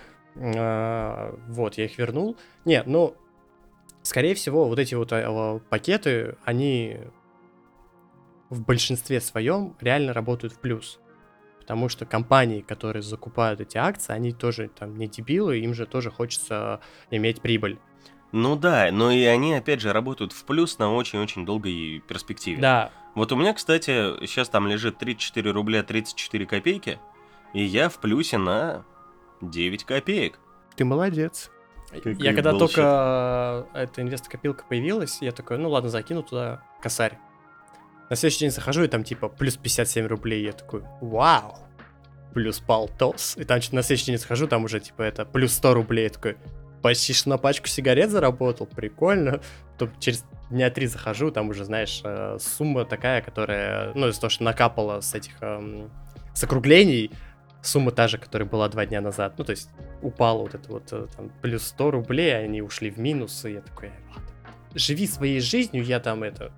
А, вот, я их вернул. Не, ну, скорее всего, вот эти вот а, пакеты, они в большинстве своем реально работают в плюс. Потому что компании, которые закупают эти акции, они тоже там не дебилы, им же тоже хочется иметь прибыль. Ну да, но и они, опять же, работают в плюс на очень-очень долгой перспективе. Да. Вот у меня, кстати, сейчас там лежит тридцать четыре рубля тридцать четыре копейки, и я в плюсе на девять копеек. Ты молодец. Какой я когда bullshit. только эта инвест-копилка появилась, я такой, ну ладно, закину туда косарь. На следующий день захожу, и там типа плюс пятьдесят семь рублей, я такой, вау, плюс полтос. И там что-то на следующий день захожу, там уже типа это плюс сто рублей, я такой, почти что на пачку сигарет заработал, прикольно. Потом через дня три захожу, там уже, знаешь, э, сумма такая, которая, ну, из-за того, что накапала с этих, эм, с округлений, сумма та же, которая была два дня назад. Ну, то есть упала вот это вот э, там плюс сто рублей, они ушли в минус, и я такой, ладно, живи своей жизнью, я там это...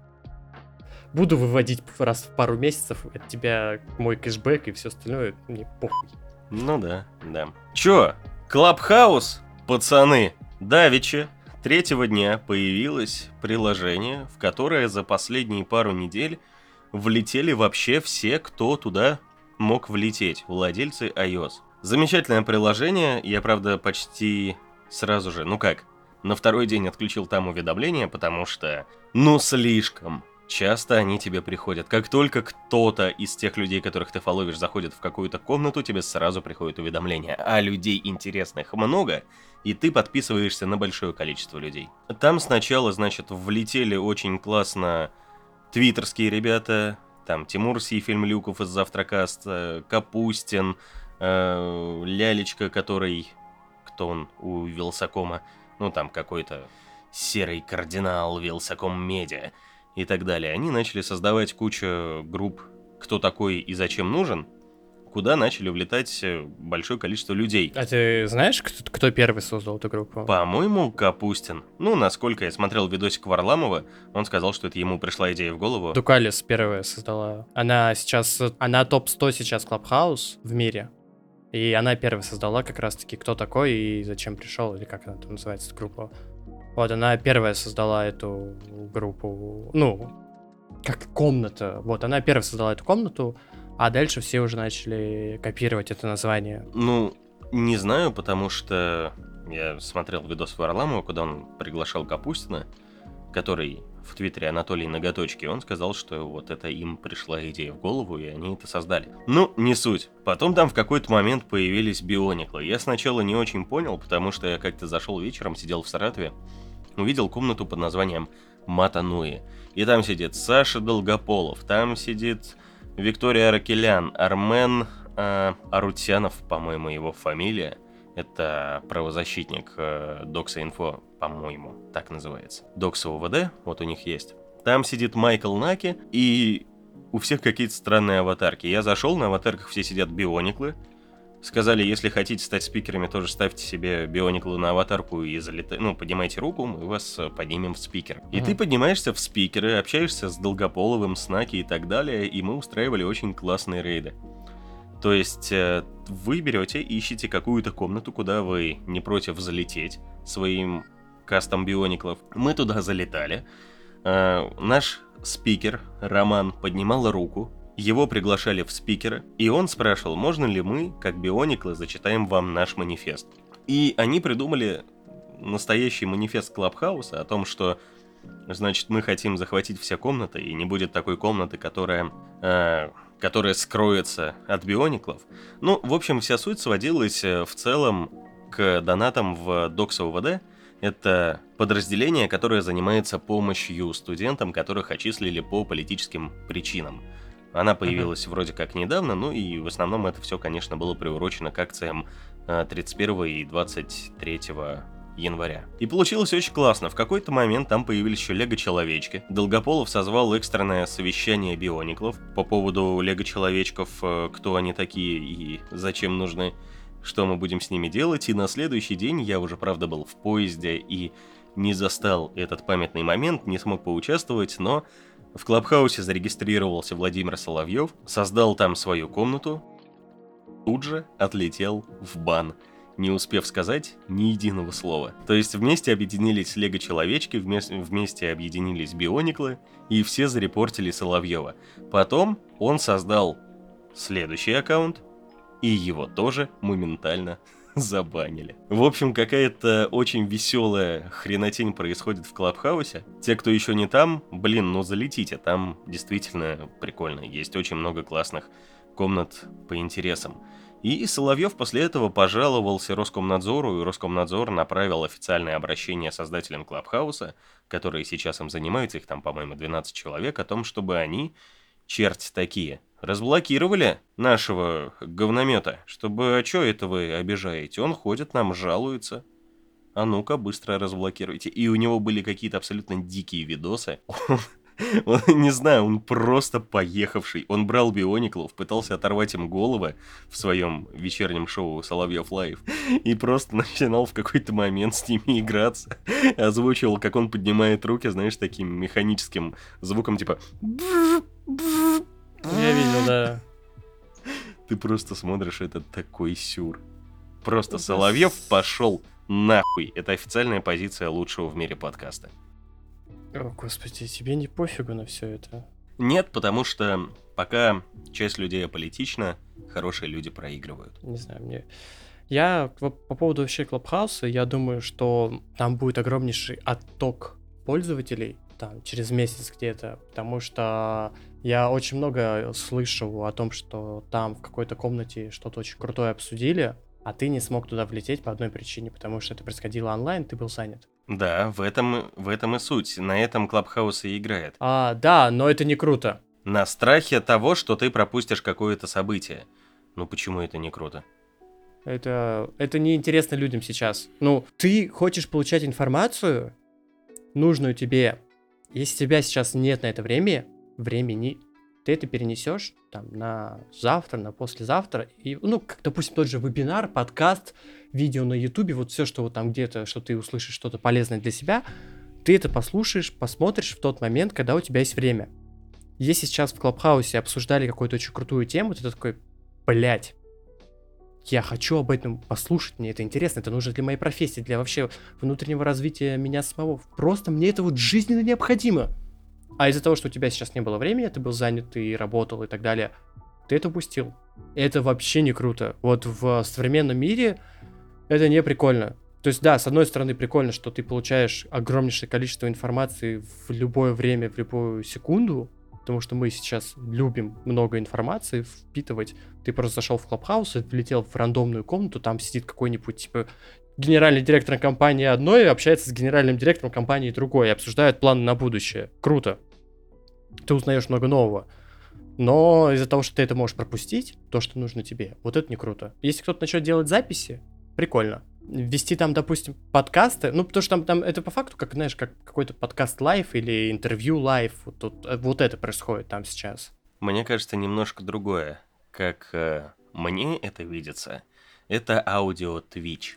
Буду выводить раз в пару месяцев от тебя мой кэшбэк и все остальное, мне похуй. Ну да, да. Чё, Клабхаус, пацаны, давеча, третьего дня появилось приложение, в которое за последние пару недель влетели вообще все, кто туда мог влететь, владельцы iOS. Замечательное приложение, я, правда, почти сразу же, ну как, на второй день отключил там уведомления, потому что, ну, слишком часто они тебе приходят. Как только кто-то из тех людей, которых ты фоловишь, заходит в какую-то комнату, тебе сразу приходит уведомление. А людей интересных много, и ты подписываешься на большое количество людей. Там сначала, значит, влетели очень классно твиттерские ребята, там Тимур Сейфельмлюков из Завтракаста, Капустин, э, Лялечка, который... Кто он у Вилсакома? Ну, там какой-то серый кардинал Вилсаком Медиа и так далее. Они начали создавать кучу групп «Кто такой и зачем нужен?», куда начали влетать большое количество людей. А ты знаешь, кто, кто первый создал эту группу? По-моему, Капустин. Ну, насколько я смотрел видосик Варламова, он сказал, что это ему пришла идея в голову. Дукалис первая создала. Она сейчас, она топ сто сейчас Clubhouse в мире. И она первая создала как раз-таки «Кто такой и зачем пришел», или как она там называется, эта группа. Вот, она первая создала эту группу, ну, как комната. Вот, она первая создала эту комнату, а дальше все уже начали копировать это название. Ну, не знаю, потому что я смотрел видос Варламова, куда он приглашал Капустина, который в твиттере Анатолий Ноготочки, он сказал, что вот это им пришла идея в голову, и они это создали. Ну, не суть. Потом там в какой-то момент появились биониклы. Я сначала не очень понял, потому что я как-то зашел вечером, сидел в Саратове, увидел комнату под названием Матануи. И там сидит Саша Долгополов, там сидит Виктория Аракелян, Армен э, Арутянов, по-моему, его фамилия. Это правозащитник э, Докса.Инфо, по-моему, так называется. Докса ОВД, вот у них есть. Там сидит Майкл Наки, и у всех какие-то странные аватарки. Я зашел, на аватарках все сидят биониклы. Сказали, если хотите стать спикерами, тоже ставьте себе биониклы на аватарку и залетайте, ну, поднимайте руку, мы вас поднимем в спикер. И Ага. ты поднимаешься в спикеры, общаешься с Долгополовым, с Наки и так далее, и мы устраивали очень классные рейды. То есть э, вы берете, ищете какую-то комнату, куда вы не против залететь своим кастом биониклов. Мы туда залетали. Э, наш спикер Роман поднимал руку, его приглашали в спикеры, и он спрашивал, можно ли мы, как биониклы, зачитаем вам наш манифест. И они придумали настоящий манифест Клабхауса о том, что, значит, мы хотим захватить все комнаты, и не будет такой комнаты, которая... Э, которая скроется от биониклов. Ну, в общем, вся суть сводилась в целом к донатам в Докса ОВД. Это подразделение, которое занимается помощью студентам, которых отчислили по политическим причинам. Она появилась uh-huh. вроде как недавно, ну и в основном это все, конечно, было приурочено к акциям тридцать первого и двадцать третьего января. И получилось очень классно. В какой-то момент там появились еще лего-человечки. Долгополов созвал экстренное совещание биониклов по поводу лего-человечков, кто они такие и зачем нужны, что мы будем с ними делать. И на следующий день я уже, правда, был в поезде и не застал этот памятный момент, не смог поучаствовать, но в Клабхаусе зарегистрировался Владимир Соловьев, создал там свою комнату, тут же отлетел в бан, не успев сказать ни единого слова. То есть вместе объединились лего-человечки, вместе, вместе объединились биониклы, и все зарепортили Соловьева. Потом он создал следующий аккаунт, и его тоже моментально забанили. В общем, какая-то очень веселая хренотень происходит в Клабхаусе. Те, кто еще не там, блин, ну залетите, там действительно прикольно. Есть очень много классных комнат по интересам. И Соловьев после этого пожаловался Роскомнадзору, и Роскомнадзор направил официальное обращение создателям Клабхауса, которые сейчас им занимаются, их там, по-моему, двенадцать человек, о том, чтобы они, черти такие, разблокировали нашего говномета, чтобы, а чё это вы обижаете? Он ходит, нам жалуется. А ну-ка, быстро разблокируйте. И у него были какие-то абсолютно дикие видосы. Он, не знаю, он просто поехавший. Он брал биониклов, пытался оторвать им головы в своем вечернем шоу «Соловьев Лайв» и просто начинал в какой-то момент с ними играться. Озвучивал, как он поднимает руки, знаешь, таким механическим звуком, типа... Я видел, да. Ты просто смотришь, это такой сюр. Просто Соловьев пошел нахуй. Это официальная позиция лучшего в мире подкаста. О, господи, тебе не пофигу на все это? Нет, потому что пока часть людей аполитична, хорошие люди проигрывают. Не знаю, мне... Я по поводу вообще Клабхауса, я думаю, что там будет огромнейший отток пользователей, там, через месяц где-то, потому что я очень много слышу о том, что там в какой-то комнате что-то очень крутое обсудили, а ты не смог туда влететь по одной причине, потому что это происходило онлайн, ты был занят. Да, в этом, в этом и суть. На этом Клабхаус и играет. А, да, но это не круто. На страхе того, что ты пропустишь какое-то событие. Ну почему это не круто? Это, это неинтересно людям сейчас. Ну, ты хочешь получать информацию, нужную тебе. Если у тебя сейчас нет на это времени, времени, ты это перенесешь там на завтра, на послезавтра. И, ну, как, допустим, тот же вебинар, подкаст, видео на ютубе, вот все, что вот там где-то, что ты услышишь что-то полезное для себя, ты это послушаешь, посмотришь в тот момент, когда у тебя есть время. Если сейчас в Клабхаусе обсуждали какую-то очень крутую тему, ты такой, блять, я хочу об этом послушать, мне это интересно, это нужно для моей профессии, для вообще внутреннего развития меня самого. Просто мне это вот жизненно необходимо. А из-за того, что у тебя сейчас не было времени, ты был занят, ты работал и так далее, ты это упустил. Это вообще не круто. Вот в современном мире это не прикольно. То есть, да, с одной стороны, прикольно, что ты получаешь огромнейшее количество информации в любое время, в любую секунду, потому что мы сейчас любим много информации впитывать. Ты просто зашел в Клабхаус и влетел в рандомную комнату, там сидит какой-нибудь, типа, генеральный директор компании одной общается с генеральным директором компании другой и обсуждают планы на будущее. Круто. Ты узнаешь много нового. Но из-за того, что ты это можешь пропустить, то, что нужно тебе, вот это не круто. Если кто-то начнет делать записи, прикольно. Вести там, допустим, подкасты, ну, потому что там, там это по факту, как, знаешь, как какой-то подкаст лайв или интервью лайв, вот, вот, вот это происходит там сейчас. Мне кажется, немножко другое. Как э, мне это видится, это аудио Twitch,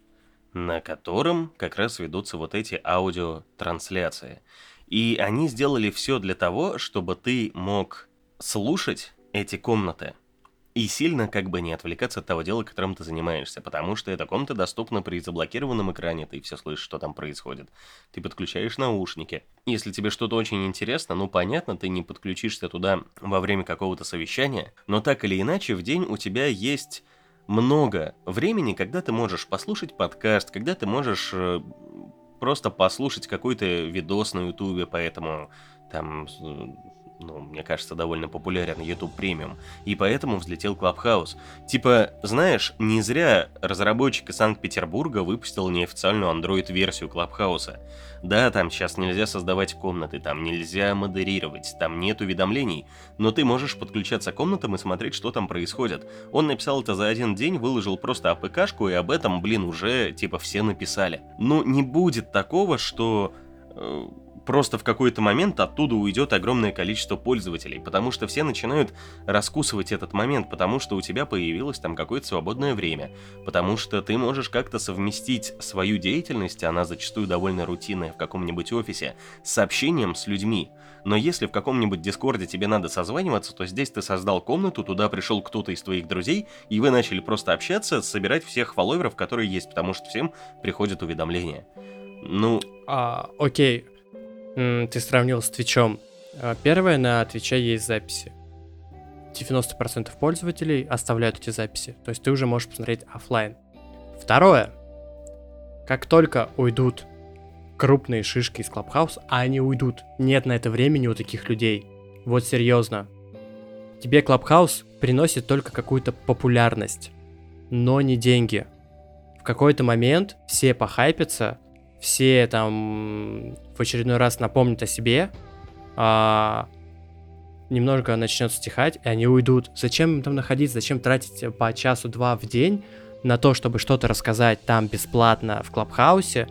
на котором как раз ведутся вот эти аудиотрансляции. И они сделали все для того, чтобы ты мог слушать эти комнаты и сильно как бы не отвлекаться от того дела, которым ты занимаешься, потому что эта комната доступна при заблокированном экране, ты все слышишь, что там происходит. Ты подключаешь наушники. Если тебе что-то очень интересно, ну понятно, ты не подключишься туда во время какого-то совещания, но так или иначе в день у тебя есть много времени, когда ты можешь послушать подкаст, когда ты можешь э, просто послушать какой-то видос на ютубе, поэтому там... ну, мне кажется, довольно популярен YouTube Premium, и поэтому взлетел Clubhouse. Типа, знаешь, не зря разработчик из Санкт-Петербурга выпустил неофициальную Android-версию Clubhouse. Да, там сейчас нельзя создавать комнаты, там нельзя модерировать, там нет уведомлений, но ты можешь подключаться к комнатам и смотреть, что там происходит. Он написал это за один день, выложил просто АПКшку, и об этом, блин, уже, типа, все написали. Ну, не будет такого, что... Э- Просто в какой-то момент оттуда уйдет огромное количество пользователей, потому что все начинают раскусывать этот момент, потому что у тебя появилось там какое-то свободное время, потому что ты можешь как-то совместить свою деятельность, она зачастую довольно рутинная в каком-нибудь офисе, с общением с людьми. Но если в каком-нибудь дискорде тебе надо созваниваться, то здесь ты создал комнату, туда пришел кто-то из твоих друзей, и вы начали просто общаться, собирать всех фолловеров, которые есть, потому что всем приходят уведомления. Ну... А, окей. Ты сравнил с Твичом. Первое, на Твиче есть записи. девяносто процентов пользователей оставляют эти записи. То есть ты уже можешь посмотреть оффлайн. Второе. Как только уйдут крупные шишки из Clubhouse, а они уйдут, нет на это времени у таких людей. Вот серьезно. Тебе Clubhouse приносит только какую-то популярность, но не деньги. В какой-то момент все похайпятся, все там в очередной раз напомнят о себе, а, немного начнет стихать, и они уйдут. Зачем им там находиться, зачем тратить по часу-два в день на то, чтобы что-то рассказать там бесплатно в Клабхаусе,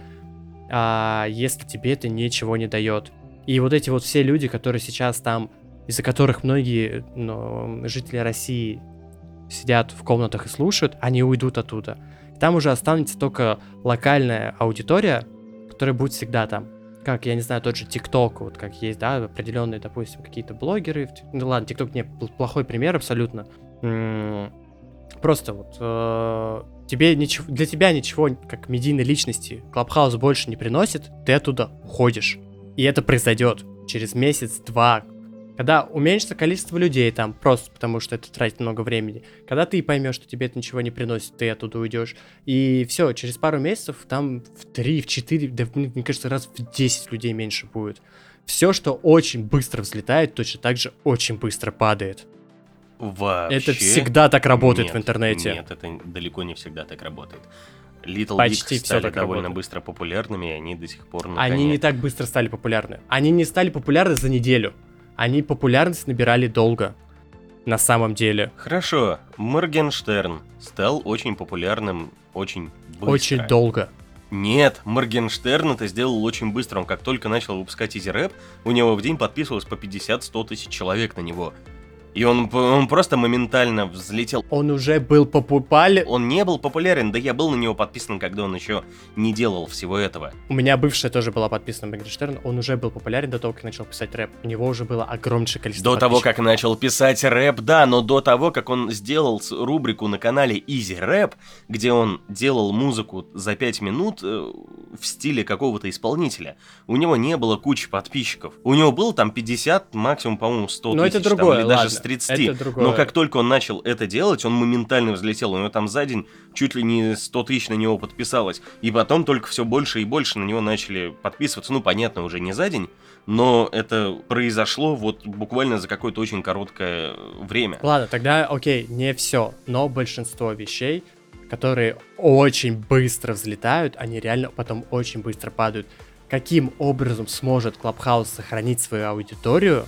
а, если тебе это ничего не дает. И вот эти вот все люди, которые сейчас там, из-за которых многие ну, жители России сидят в комнатах и слушают, они уйдут оттуда. Там уже останется только локальная аудитория, которая будет всегда там. Как, я не знаю, тот же ТикТок, вот как есть, да, определенные, допустим, какие-то блогеры. Ну ладно, ТикТок не плохой пример абсолютно. М-м- просто вот э- тебе ничего, для тебя ничего, как медийной личности, Clubhouse больше не приносит, ты оттуда уходишь. И это произойдет через месяц-два. Когда уменьшится количество людей там, просто потому что это тратит много времени. Когда ты поймешь, что тебе это ничего не приносит, ты оттуда уйдешь. И все, через пару месяцев там в три, в четыре, да, мне кажется, раз в десять людей меньше будет. Все, что очень быстро взлетает, точно так же очень быстро падает. Вообще? Это всегда так работает нет, в интернете. Нет, это далеко не всегда так работает. Little Почти Big все стали так довольно работает. быстро популярными, и они до сих пор на Они коне. не так быстро стали популярны. Они не стали популярны за неделю. Они популярность набирали долго. На самом деле. Хорошо, Моргенштерн стал очень популярным очень быстро. Очень долго. Нет, Моргенштерн это сделал очень быстро. Он как только начал выпускать изи-рэп, у него в день подписывалось по пятьдесят-сто тысяч человек на него. И он, он просто моментально взлетел. Он уже был популярен. Он не был популярен, да я был на него подписан, когда он еще не делал всего этого. У меня бывшая тоже была подписана на Моргенштерна. Он уже был популярен до того, как начал писать рэп. У него уже было огромнейшее количество До того, подписчиков. как начал писать рэп, да, но до того, как он сделал с- рубрику на канале Easy Rap, где он делал музыку за пять минут э, в стиле какого-то исполнителя, у него не было кучи подписчиков. У него было там пятьдесят, максимум, по-моему, сто Но тысяч, это другое, там, или даже ладно, с тридцати. это другое. Но как только он начал это делать, он моментально взлетел. У него там за день чуть ли не сто тысяч на него подписалось. И потом только все больше и больше на него начали подписываться. Ну, понятно, уже не за день, но это произошло вот буквально за какое-то очень короткое время. Ладно, тогда окей, не все, но большинство вещей, которые очень быстро взлетают, они реально потом очень быстро падают. Каким образом сможет Clubhouse сохранить свою аудиторию,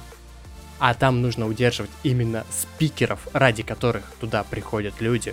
а там нужно удерживать именно спикеров, ради которых туда приходят люди?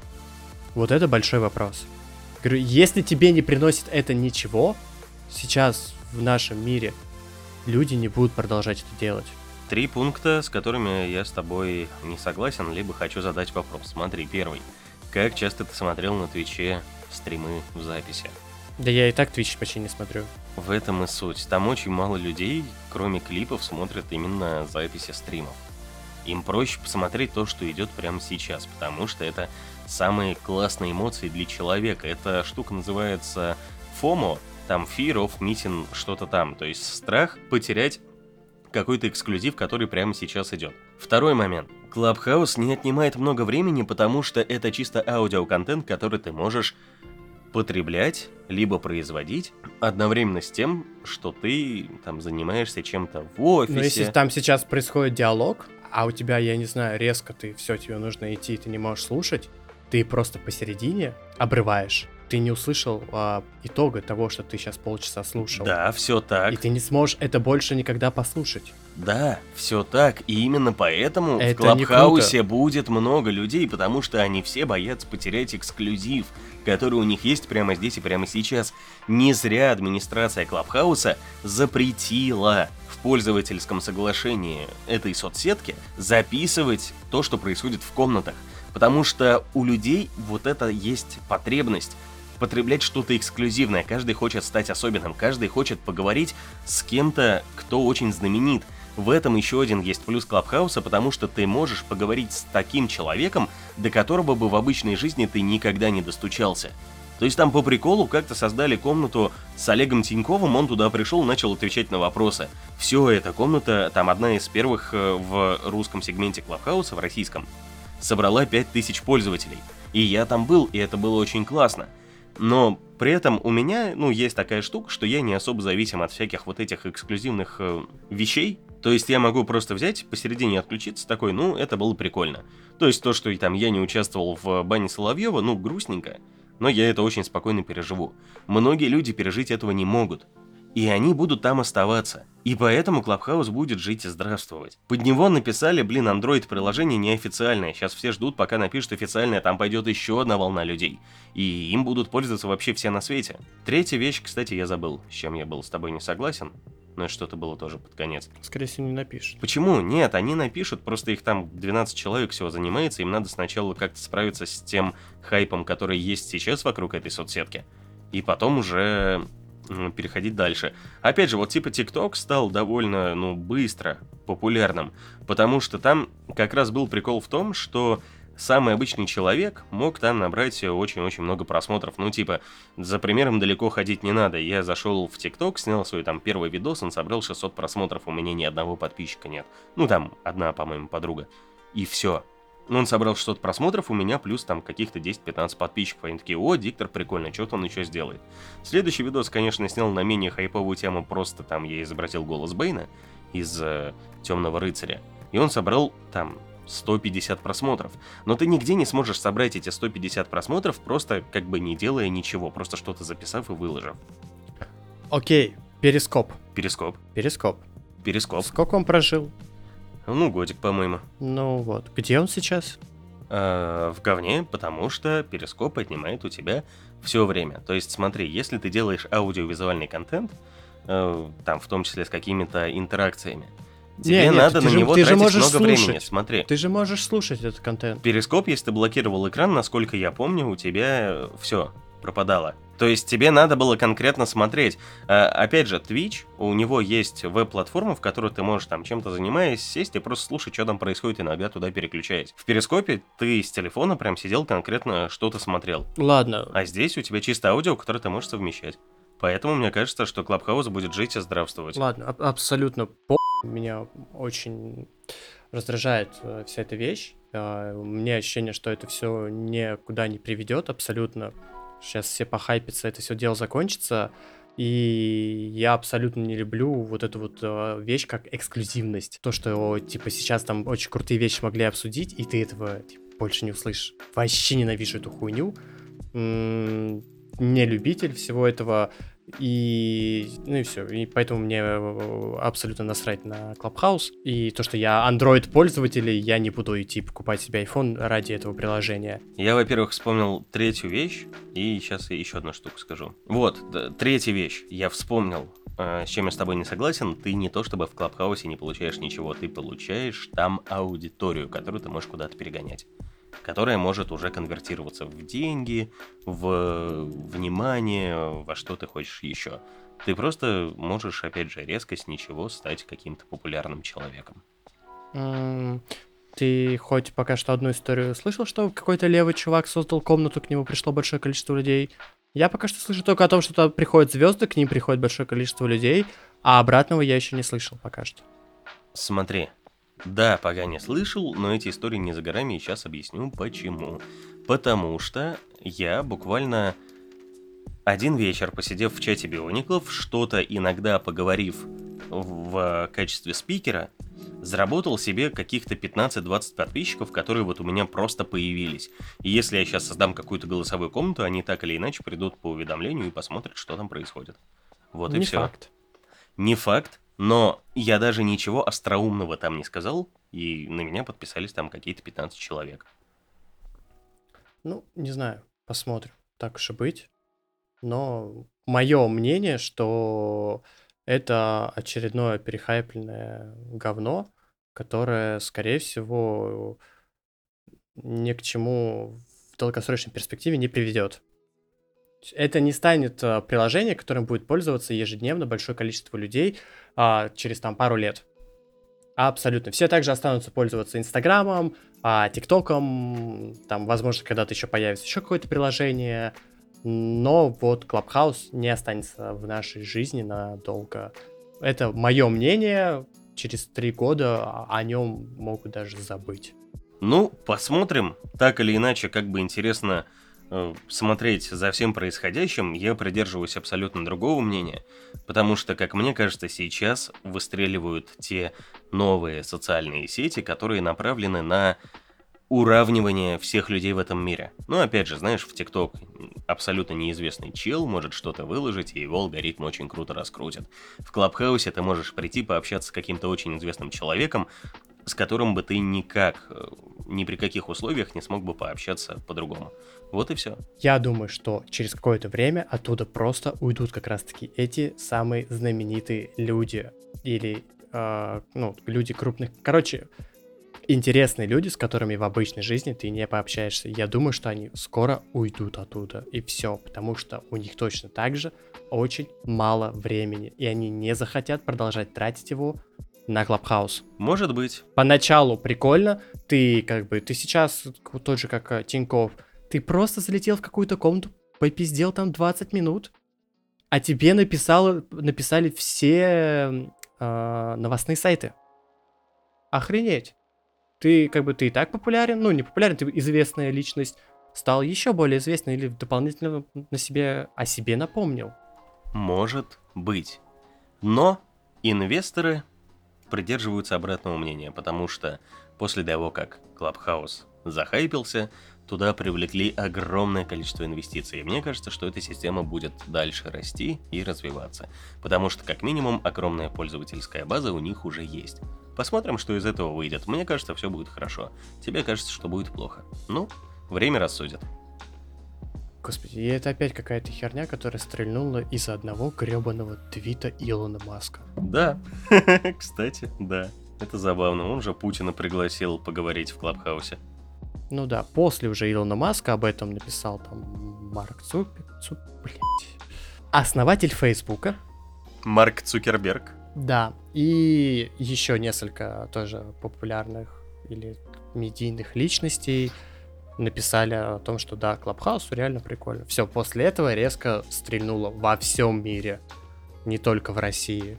Вот это большой вопрос. Говорю, если тебе не приносит это ничего, сейчас в нашем мире люди не будут продолжать это делать. Три пункта, с которыми я с тобой не согласен, либо хочу задать вопрос. Смотри, первый. Как часто ты смотрел на Твиче стримы в записи? Да я и так Twitch почти не смотрю. В этом и суть. Там очень мало людей, кроме клипов, смотрят именно записи стримов. Им проще посмотреть то, что идет прямо сейчас, потому что это самые классные эмоции для человека. Эта штука называется фомо, там Fear of Missing что-то там, то есть страх потерять какой-то эксклюзив, который прямо сейчас идет. Второй момент. Clubhouse не отнимает много времени, потому что это чисто аудиоконтент, который ты можешь потреблять, либо производить одновременно с тем, что ты там занимаешься чем-то в офисе. Но если там сейчас происходит диалог, а у тебя, я не знаю, резко ты, все, тебе нужно идти, ты не можешь слушать, ты просто посередине обрываешь. Ты не услышал а, итога того, что ты сейчас полчаса слушал. Да, все так. И ты не сможешь это больше никогда послушать. Да, все так. И именно поэтому Это в не Клабхаусе круто. будет много людей, потому что они все боятся потерять эксклюзив, который у них есть прямо здесь и прямо сейчас. Не зря администрация Клабхауса запретила в пользовательском соглашении этой соцсетки записывать то, что происходит в комнатах. Потому что у людей вот это есть потребность потреблять что-то эксклюзивное. Каждый хочет стать особенным, каждый хочет поговорить с кем-то, кто очень знаменит. В этом еще один есть плюс Клабхауса, потому что ты можешь поговорить с таким человеком, до которого бы в обычной жизни ты никогда не достучался. То есть там по приколу как-то создали комнату с Олегом Тиньковым, он туда пришел, начал отвечать на вопросы. Все, эта комната, там одна из первых в русском сегменте Клабхауса, в российском, собрала пять тысяч пользователей. И я там был, и это было очень классно. Но при этом у меня, ну, есть такая штука, что я не особо зависим от всяких вот этих эксклюзивных э, вещей. То есть я могу просто взять, посередине отключиться, такой, ну, это было прикольно. То есть то, что там я не участвовал в бане Соловьева, ну, грустненько, но я это очень спокойно переживу. Многие люди пережить этого не могут. И они будут там оставаться. И поэтому Клабхаус будет жить и здравствовать. Под него написали, блин, Android-приложение неофициальное. Сейчас все ждут, пока напишут официальное, там пойдет еще одна волна людей. И им будут пользоваться вообще все на свете. Третья вещь, кстати, я забыл, с чем я был с тобой не согласен. Но что-то было тоже под конец. Скорее всего, не напишут. Почему? Нет, они напишут, просто их там двенадцать человек всего занимается, им надо сначала как-то справиться с тем хайпом, который есть сейчас вокруг этой соцсетки. И потом уже переходить дальше. Опять же, вот типа TikTok стал довольно, ну, быстро популярным, потому что там как раз был прикол в том, что самый обычный человек мог там набрать очень-очень много просмотров. Ну, типа, за примером далеко ходить не надо. Я зашел в TikTok, снял свой там первый видос, он собрал шестьсот просмотров, у меня ни одного подписчика нет. Ну, там одна, по-моему, подруга. И все. Он собрал шестьсот просмотров, у меня плюс там каких-то десять-пятнадцать подписчиков. Они такие, о, диктор прикольно, что-то он еще сделает. Следующий видос, конечно, снял на менее хайповую тему, просто там я изобразил голос Бэйна из э, Темного рыцаря. И он собрал там сто пятьдесят просмотров. Но ты нигде не сможешь собрать эти сто пятьдесят просмотров, просто как бы не делая ничего, просто что-то записав и выложив. Окей, Перископ. Перископ. Перископ. Перископ. Сколько он прожил? Ну, годик, по-моему. Ну вот, где он сейчас? А, в говне, потому что Перископ отнимает у тебя все время. То есть смотри, если ты делаешь аудиовизуальный контент, э, там в том числе с какими-то интеракциями, тебе не, надо нет, на ты него же, ты тратить же можешь много слушать. времени. Смотри. Ты же можешь слушать этот контент. Перископ, если ты блокировал экран, насколько я помню, у тебя все пропадало. То есть тебе надо было конкретно смотреть. А, опять же, Twitch, у него есть веб-платформа, в которой ты можешь там чем-то занимаясь, сесть и просто слушать, что там происходит, иногда туда переключаясь. В Перископе ты с телефона прям сидел конкретно что-то смотрел. Ладно. А здесь у тебя чисто аудио, которое ты можешь совмещать. Поэтому мне кажется, что Клабхаус будет жить и здравствовать. Ладно, аб- абсолютно по... Меня очень раздражает э, вся эта вещь. Э, у меня ощущение, что это все никуда не приведет абсолютно. Сейчас все похайпятся, это все дело закончится. И я абсолютно не люблю вот эту вот э, вещь как эксклюзивность. То, что типа сейчас там очень крутые вещи могли обсудить, и ты этого типа, больше не услышишь. Вообще ненавижу эту хуйню. М- Не любитель всего этого. И, ну и все. И поэтому мне абсолютно насрать на Clubhouse. И то, что я Android-пользователь, я не буду идти покупать себе iPhone ради этого приложения. Я, во-первых, вспомнил третью вещь, и сейчас я еще одну штуку скажу. Вот, д- третья вещь. Я вспомнил, э, с чем я с тобой не согласен. Ты не то чтобы в Клабхаусе не получаешь ничего, ты получаешь там аудиторию, которую ты можешь куда-то перегонять, которая может уже конвертироваться в деньги, в внимание, во что ты хочешь еще. Ты просто можешь, опять же, резко с ничего стать каким-то популярным человеком. М, Ты хоть пока что одну историю слышал, что какой-то левый чувак создал комнату, к нему пришло большое количество людей? Я пока что слышу только о том, что туда приходят звезды, к ним приходит большое количество людей, а обратного я еще не слышал пока что. Смотри. Да, пока не слышал, но эти истории не за горами, и сейчас объясню почему. Потому что я буквально один вечер, посидев в чате биониклов, что-то иногда поговорив в качестве спикера, заработал себе каких-то пятнадцать-двадцать подписчиков, которые вот у меня просто появились. И если я сейчас создам какую-то голосовую комнату, они так или иначе придут по уведомлению и посмотрят, что там происходит. Вот и Не все. факт. Не факт. Но я даже ничего остроумного там не сказал, и на меня подписались там какие-то пятнадцать человек. Ну, не знаю, посмотрим. Так уж и быть. Но мое мнение, что это очередное перехайпленное говно, которое, скорее всего, ни к чему в долгосрочной перспективе не приведет. Это не станет а, приложение, которым будет пользоваться ежедневно большое количество людей а, через там пару лет. Абсолютно. Все также останутся пользоваться Инстаграмом, а, ТикТоком, там, возможно, когда-то еще появится еще какое-то приложение, Но вот Clubhouse не останется в нашей жизни надолго. Это мое мнение. Через три года о нем могут даже забыть. Ну, посмотрим. Так или иначе, как бы интересно э, смотреть за всем происходящим, я придерживаюсь абсолютно другого мнения, потому что, как мне кажется, сейчас выстреливают те новые социальные сети, которые направлены на уравнивание всех людей в этом мире. Ну, опять же, знаешь, в ТикТок абсолютно неизвестный чел может что-то выложить, и его алгоритм очень круто раскрутит. В Клабхаусе ты можешь прийти пообщаться с каким-то очень известным человеком, с которым бы ты никак, ни при каких условиях не смог бы пообщаться по-другому. Вот и все. Я думаю, что через какое-то время оттуда просто уйдут как раз-таки эти самые знаменитые люди. Или, э, ну, люди крупных. Короче, интересные люди, с которыми в обычной жизни ты не пообщаешься. Я думаю, что они скоро уйдут оттуда. И все, потому что у них точно так же очень мало времени. И они не захотят продолжать тратить его на Clubhouse. Может быть. Поначалу прикольно. Ты как бы, ты сейчас тот же, как Тинькофф, ты просто залетел в какую-то комнату, попиздел там двадцать минут, а тебе написало, написали все э, новостные сайты. Охренеть. Ты как бы, ты и так популярен, ну не популярен, ты известная личность, стал еще более известным или дополнительно на себе, о себе напомнил. Может быть. Но инвесторы придерживаются обратного мнения, потому что после того, как Clubhouse захайпился, туда привлекли огромное количество инвестиций. И мне кажется, что эта система будет дальше расти и развиваться, потому что, как минимум, огромная пользовательская база у них уже есть. Посмотрим, что из этого выйдет. Мне кажется, все будет хорошо. Тебе кажется, что будет плохо. Ну, время рассудит. Господи, и это опять какая-то херня, которая стрельнула из-за одного гребаного твита Илона Маска. Да, кстати, да. Это забавно. Он же Путина пригласил поговорить в Клабхаусе. Ну да, после уже Илона Маска об этом написал там Марк Цупер... Цуп... Блять. Основатель Фейсбука. Марк Цукерберг. Да, и еще несколько тоже популярных или медийных личностей написали о том, что да, Clubhouse реально прикольно. Все, после этого резко стрельнуло во всем мире, не только в России.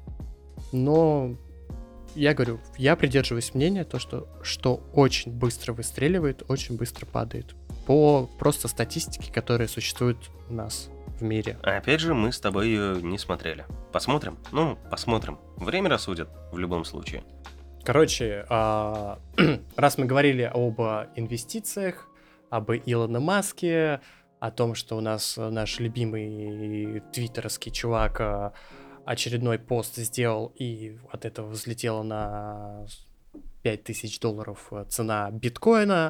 Но я говорю, я придерживаюсь мнения, то, что, что очень быстро выстреливает, очень быстро падает. По просто статистике, которая существует у нас в мире. А опять же, мы с тобой ее не смотрели. Посмотрим? Ну, посмотрим. Время рассудит в любом случае. Короче, а, раз мы говорили об инвестициях, об Илоне Маске, о том, что у нас наш любимый твиттерский чувак а, очередной пост сделал, и от этого взлетела на пять тысяч долларов цена биткоина.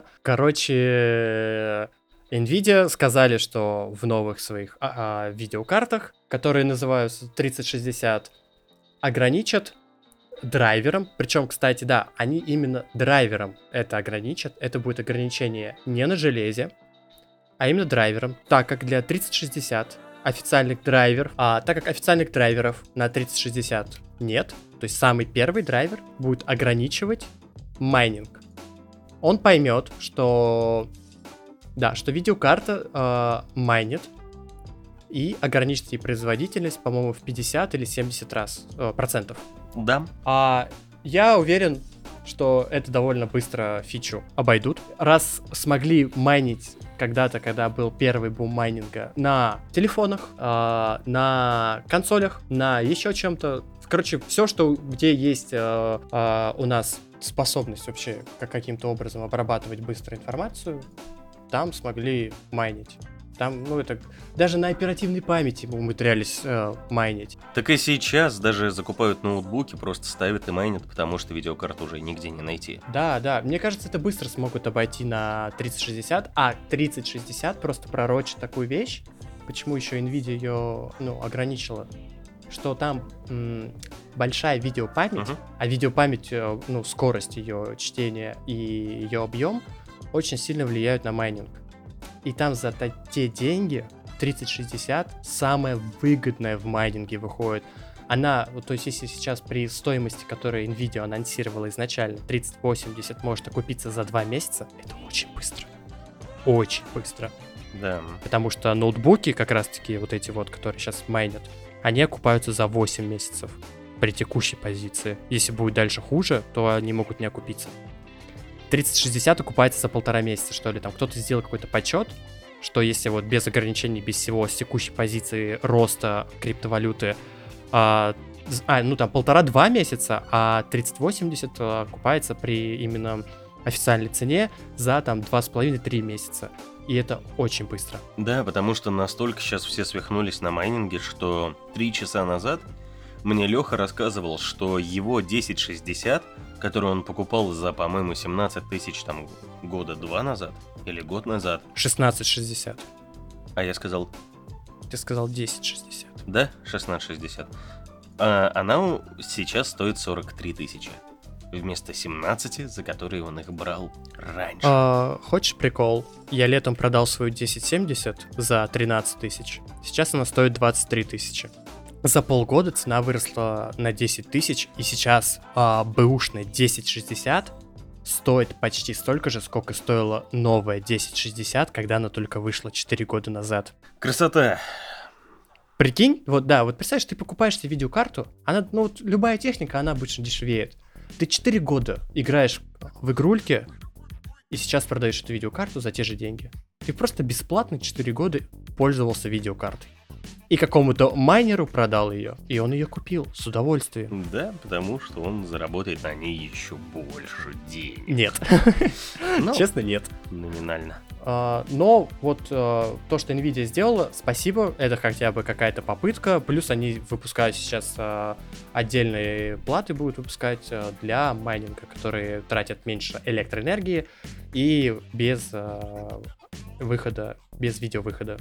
Короче, Nvidia сказали, что в новых своих а, а, видеокартах, которые называются тридцать шестьдесят, ограничат драйвером. Причем, кстати, да, они именно драйвером это ограничат. Это будет ограничение не на железе, а именно драйвером. Так как для тридцать шестьдесят официальных драйверов, а так как официальных драйверов на тридцать шестьдесят нет, то есть самый первый драйвер будет ограничивать майнинг. Он поймет, что да, что видеокарта э, майнит и ограничит ей производительность, по-моему, в пятьдесят или семьдесят раз, э, процентов. Да. А я уверен, что это довольно быстро фичу обойдут. Раз смогли майнить когда-то, когда был первый бум майнинга, на телефонах, э, на консолях, на еще чем-то. Короче, все, что где есть э, э, у нас способность вообще как каким-то образом обрабатывать быстро информацию, там смогли майнить. Там, ну, это даже на оперативной памяти мы умудрялись э, майнить. Так и сейчас даже закупают ноутбуки, просто ставят и майнят, потому что видеокарту уже нигде не найти. Да, да, мне кажется, это быстро смогут обойти на тридцать шестьдесят, а тридцать шестьдесят просто пророчит такую вещь, почему еще Nvidia ее, ну, ограничила, что там м- большая видеопамять, uh-huh. а видеопамять, э, ну, скорость ее чтения и ее объем очень сильно влияют на майнинг. И там за те деньги тридцать шестьдесят самая выгодная в майнинге выходит. Она, то есть если сейчас при стоимости, которую Nvidia анонсировала изначально, тридцать восемьдесят может окупиться за два месяца, это очень быстро. Очень быстро. Да. Потому что ноутбуки, как раз-таки вот эти вот, которые сейчас майнят, они окупаются за восемь месяцев при текущей позиции. Если будет дальше хуже, то они могут не окупиться. тридцать шестьдесят окупается за полтора месяца, что ли. Там кто-то сделал какой-то подсчет, что если вот без ограничений, без всего, с текущей позиции роста криптовалюты, а, а ну там полтора-два месяца, а тридцать восемьдесят окупается при именно официальной цене за там два с половиной-три месяца. И это очень быстро. Да, потому что настолько сейчас все свихнулись на майнинге, что три часа назад мне Леха рассказывал, что его десять шестьдесят, который он покупал за, по-моему, семнадцать тысяч там года два назад или год назад. шестнадцать шестьдесят. А я сказал... Ты сказал десять шестьдесят. Да, шестнадцать шестьдесят. А она сейчас стоит сорок три тысячи. Вместо семнадцати, за которые он их брал раньше. А, хочешь прикол? Я летом продал свою десять семьдесят за тринадцать тысяч. Сейчас она стоит двадцать три тысячи. За полгода цена выросла на десять тысяч, и сейчас а, бэушная десять шестьдесят стоит почти столько же, сколько стоила новая десять шестьдесят, когда она только вышла четыре года назад. Красота! Прикинь, вот да, вот представляешь, ты покупаешь себе видеокарту, она, ну вот любая техника, она обычно дешевеет. Ты четыре года играешь в игрульки, и сейчас продаешь эту видеокарту за те же деньги. Ты просто бесплатно четыре года пользовался видеокартой. И какому-то майнеру продал ее, и он ее купил с удовольствием. Да, потому что он заработает на ней еще больше денег. Нет. Ну, Честно, нет. Номинально. А, но вот а, то, что Nvidia сделала, спасибо, это хотя бы какая-то попытка. Плюс они выпускают сейчас а, отдельные платы, будут выпускать а, для майнинга, которые тратят меньше электроэнергии и без а, выхода, без видеовыхода.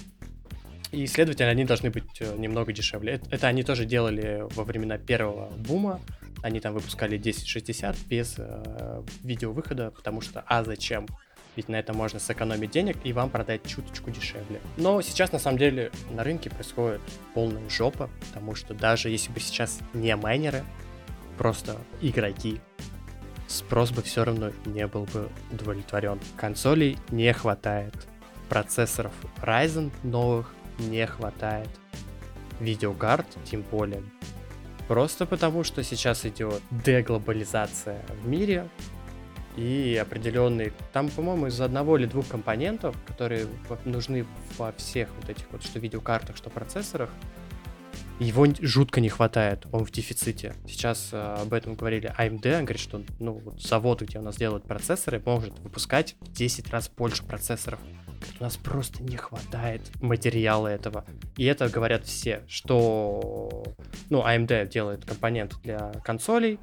И, следовательно, они должны быть немного дешевле. Это, это они тоже делали во времена первого бума. Они там выпускали десять шестьдесят без э, видеовыхода, потому что, а зачем? Ведь на это можно сэкономить денег и вам продать чуточку дешевле. Но сейчас, на самом деле, на рынке происходит полная жопа, потому что даже если бы сейчас не майнеры, просто игроки, спрос бы все равно не был бы удовлетворен. Консолей не хватает, процессоров Ryzen новых не хватает, видеокарт тем более. Просто потому, что сейчас идет деглобализация в мире и определенные... Там, по-моему, из одного или двух компонентов, которые нужны во всех вот этих вот, что видеокартах, что процессорах, его жутко не хватает, он в дефиците. Сейчас а, об этом говорили эй эм ди, он говорит, что ну, вот завод, где у нас делают процессоры, может выпускать в десять раз больше процессоров. У нас просто не хватает материала этого. И это говорят все, что ну, эй эм ди делает компонент для консолей,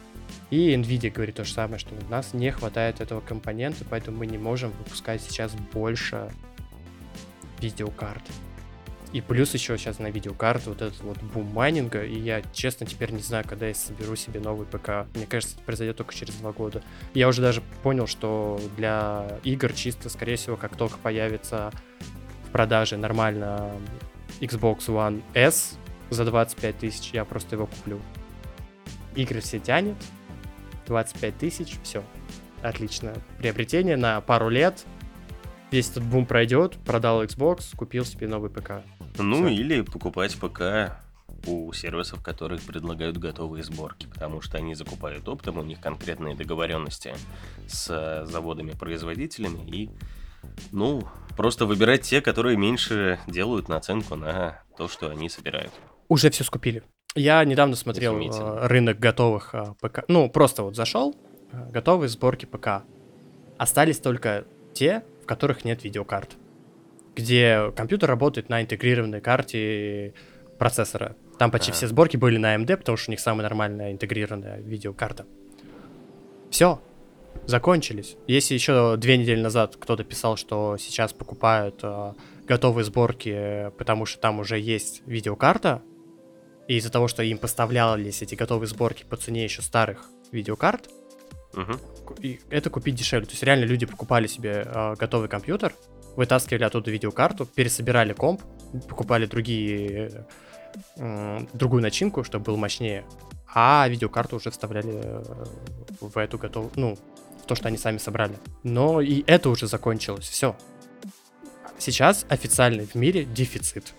и Nvidia говорит то же самое, что у нас не хватает этого компонента, поэтому мы не можем выпускать сейчас больше видеокарт. И плюс еще сейчас на видеокарту вот этот вот бум майнинга, и я, честно, теперь не знаю, когда я соберу себе новый ПК. Мне кажется, это произойдет только через два года. Я уже даже понял, что для игр чисто, скорее всего, как только появится в продаже нормально Xbox One S за двадцать пять тысяч, я просто его куплю. Игры все тянет, двадцать пять тысяч, все, отлично. Приобретение на пару лет. Весь этот бум пройдет, продал Xbox, купил себе новый ПК. Ну, Всё. или покупать ПК у сервисов, которые предлагают готовые сборки, потому что они закупают оптом, у них конкретные договоренности с заводами-производителями, и, ну, просто выбирать те, которые меньше делают наценку на то, что они собирают. Уже все скупили. Я недавно смотрел Изумительно. э, рынок готовых э, ПК. Ну, просто вот зашел, э, готовые сборки ПК. Остались только те, в которых нет видеокарт. Где компьютер работает на интегрированной карте процессора. Там почти Ага. все сборки были на эй эм ди, потому что у них самая нормальная интегрированная видеокарта. Все, закончились. Если еще две недели назад кто-то писал, что сейчас покупают э, готовые сборки, потому что там уже есть видеокарта, и из-за того, что им поставлялись эти готовые сборки по цене еще старых видеокарт, Угу. и это купить дешевле. То есть реально люди покупали себе э, готовый компьютер, вытаскивали оттуда видеокарту, пересобирали комп, покупали другие, э, другую начинку, чтобы был мощнее, а видеокарту уже вставляли э, в эту готовую, ну, в то, что они сами собрали. Но и это уже закончилось, все. сейчас официальный в мире дефицит.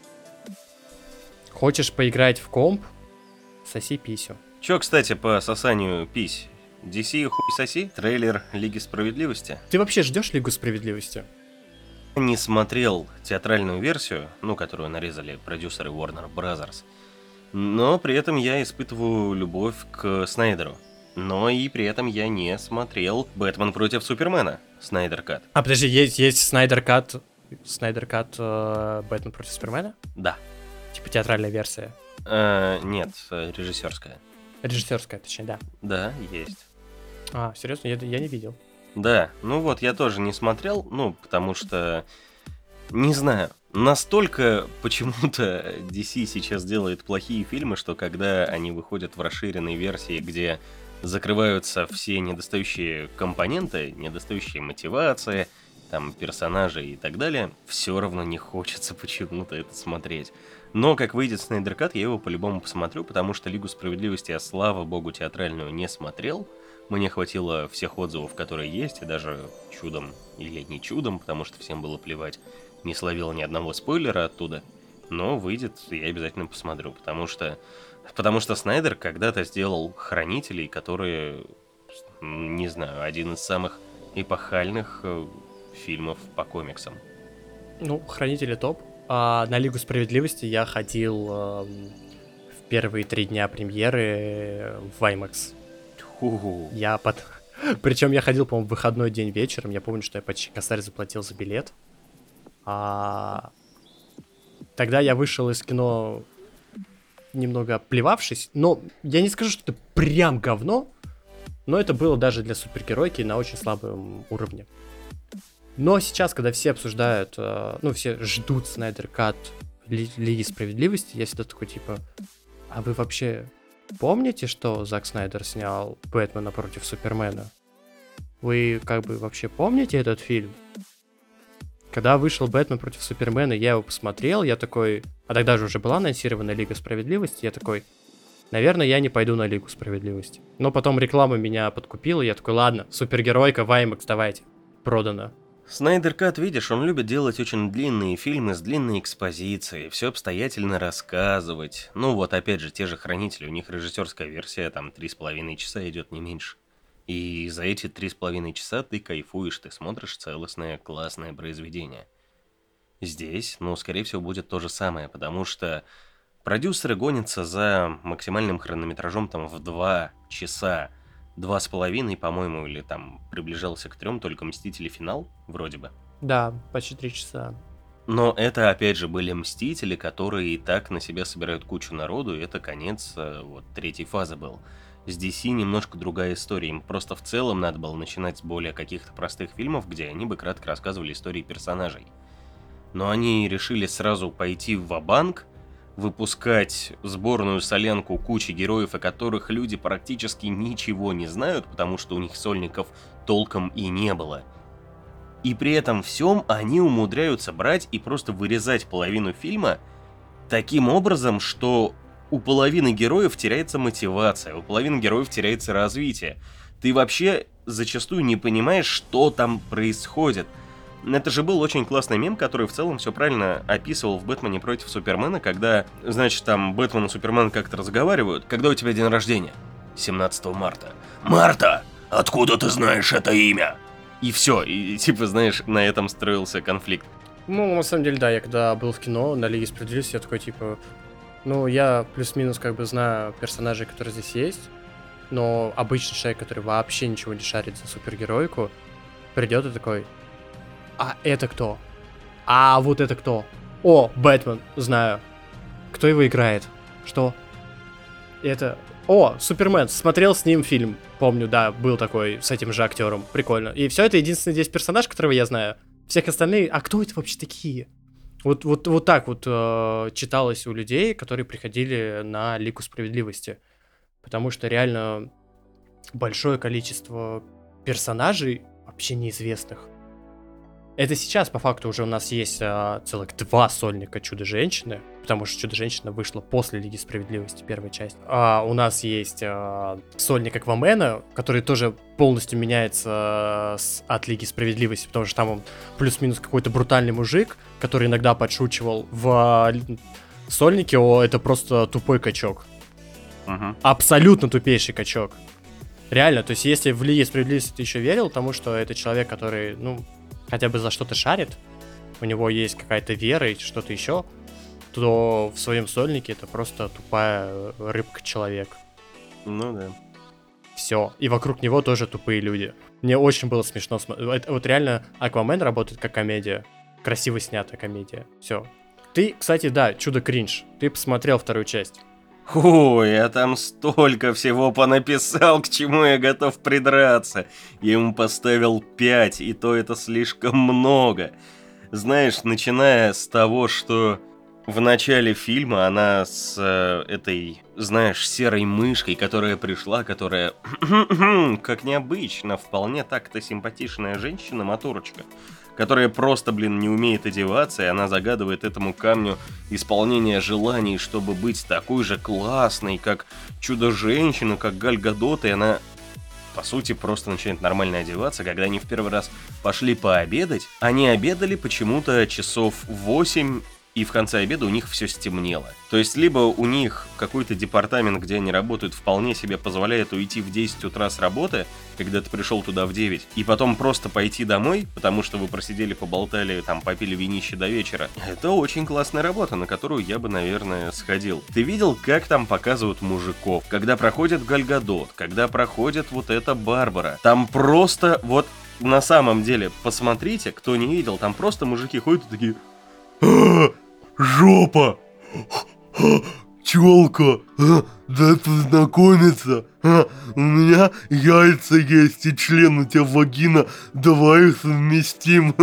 Хочешь поиграть в комп, соси писю. Чё, кстати, по сосанию пись? ди си хуй соси? Трейлер Лиги Справедливости? Ты вообще ждешь Лигу Справедливости? Не смотрел театральную версию, ну, которую нарезали продюсеры Warner Brothers, но при этом я испытываю любовь к Снайдеру. Но и при этом я не смотрел «Бэтмен против Супермена» Снайдер Кат. А, подожди, есть, есть Снайдер Кат, Снайдер Кат э, Бэтмен против Супермена? Да. Типа театральная версия. Э, нет, режиссерская. Режиссерская, точнее, да. Да, есть. А, серьезно? Я, я не видел. Да, ну вот я тоже не смотрел, ну, потому что, не знаю, настолько почему-то ди си сейчас делает плохие фильмы, что когда они выходят в расширенной версии, где закрываются все недостающие компоненты, недостающие мотивации, там, персонажи и так далее, все равно не хочется почему-то это смотреть. Но как выйдет Снайдер Кат, я его по-любому посмотрю, потому что Лигу Справедливости я, слава богу, театральную не смотрел. Мне хватило всех отзывов, которые есть, и даже чудом или не чудом, потому что всем было плевать, не словил ни одного спойлера оттуда. Но выйдет, я обязательно посмотрю, потому что... Потому что Снайдер когда-то сделал «Хранителей», которые, не знаю, один из самых эпохальных э, фильмов по комиксам. Ну, Хранители топ. А на Лигу Справедливости я ходил э, в первые три дня премьеры в IMAX. Ху-ху. Я под... Причем я ходил, по-моему, в выходной день вечером. Я помню, что я почти косарь заплатил за билет. А... Тогда я вышел из кино немного плевавшись. Но я не скажу, что это прям говно. Но это было даже для супергеройки на очень слабом уровне. Но сейчас, когда все обсуждают, ну, все ждут Снайдер Кат Лиги Справедливости, я всегда такой, типа, а вы вообще помните, что Зак Снайдер снял Бэтмена против Супермена? Вы как бы вообще помните этот фильм? Когда вышел Бэтмен против Супермена, я его посмотрел, я такой... А тогда же уже была анонсирована Лига Справедливости, я такой... Наверное, я не пойду на Лигу Справедливости. Но потом реклама меня подкупила, я такой, ладно, супергеройка в IMAX, давайте. Продано. Снайдер Кат, видишь, он любит делать очень длинные фильмы с длинной экспозицией, все обстоятельно рассказывать. Ну вот, опять же, те же «Хранители», у них режиссерская версия, там, три с половиной часа идет, не меньше. И за эти три с половиной часа ты кайфуешь, ты смотришь целостное, классное произведение. Здесь, ну, скорее всего, будет то же самое, потому что продюсеры гонятся за максимальным хронометражом там в два часа. Два с половиной, по-моему, или там приближался к трем, только «Мстители. Финал», вроде бы. Да, почти три часа. Но это, опять же, были «Мстители», которые и так на себя собирают кучу народу, и это конец вот третьей фазы был. С ди си немножко другая история, им просто в целом надо было начинать с более каких-то простых фильмов, где они бы кратко рассказывали истории персонажей. Но они решили сразу пойти ва-банк, выпускать сборную солянку кучи героев, о которых люди практически ничего не знают, потому что у них сольников толком и не было. И при этом всем они умудряются брать и просто вырезать половину фильма таким образом, что у половины героев теряется мотивация, у половины героев теряется развитие. Ты вообще зачастую не понимаешь, что там происходит. Это же был очень классный мем, который в целом все правильно описывал в «Бэтмене против Супермена», когда, значит, там Бэтмен и Супермен как-то разговаривают. Когда у тебя день рождения? семнадцатого марта. Марта! Откуда ты знаешь это имя? И все, и типа, знаешь, на этом строился конфликт. Ну, на самом деле, да, я когда был в кино на Лиге Справедливости, я такой, типа, ну, я плюс-минус как бы знаю персонажей, которые здесь есть, но обычный человек, который вообще ничего не шарит за супергеройку, придет и такой... А это кто? А вот это кто? О, Бэтмен, знаю. Кто его играет? Что? Это... О, Супермен, смотрел с ним фильм. Помню, да, был такой с этим же актером. Прикольно. И все, это единственный здесь персонаж, которого я знаю. Всех остальные... А кто это вообще такие? Вот, вот, вот так вот э, читалось у людей, которые приходили на Лигу Справедливости. Потому что реально большое количество персонажей вообще неизвестных. Это сейчас, по факту, уже у нас есть а, целых два сольника Чудо-женщины, потому что Чудо-женщина вышла после Лиги Справедливости, первая часть. А у нас есть а, сольник Аквамена, который тоже полностью меняется а, с, от Лиги Справедливости, потому что там он плюс-минус какой-то брутальный мужик, который иногда подшучивал. В а, сольнике о, это просто тупой качок. Угу. Абсолютно тупейший качок. Реально, то есть если в Лиге Справедливости ты еще верил тому, что это человек, который, ну, хотя бы за что-то шарит, у него есть какая-то вера и что-то еще, то в своем сольнике это просто тупая рыбка-человек. Ну да. Все. И вокруг него тоже тупые люди. Мне очень было смешно смотреть. Вот реально Аквамен работает как комедия. Красиво снятая комедия. Все. Ты, кстати, да, чудо-кринж. Ты посмотрел вторую часть. Ой, я там столько всего понаписал, к чему я готов придраться. Я ему поставил пять, и то это слишком много. Знаешь, начиная с того, что в начале фильма она с э, этой, знаешь, серой мышкой, которая пришла, которая, как необычно, вполне так-то симпатичная женщина, моторочка, которая просто, блин, не умеет одеваться, и она загадывает этому камню исполнение желаний, чтобы быть такой же классной, как Чудо-женщина, как Галь Гадот, и она, по сути, просто начинает нормально одеваться. Когда они в первый раз пошли пообедать, они обедали почему-то часов восемь, и в конце обеда у них все стемнело. То есть, либо у них какой-то департамент, где они работают, вполне себе позволяет уйти в десять утра с работы, когда ты пришел туда в девять, и потом просто пойти домой, потому что вы просидели, поболтали, там, попили винище до вечера. Это очень классная работа, на которую я бы, наверное, сходил. Ты видел, как там показывают мужиков? Когда проходит Галь Гадот, когда проходит вот эта Барбара. Там просто вот на самом деле, посмотрите, кто не видел, там просто мужики ходят и такие... Жопа! Челка! Дай познакомиться! У меня яйца есть и член, у тебя вагина, давай их совместим!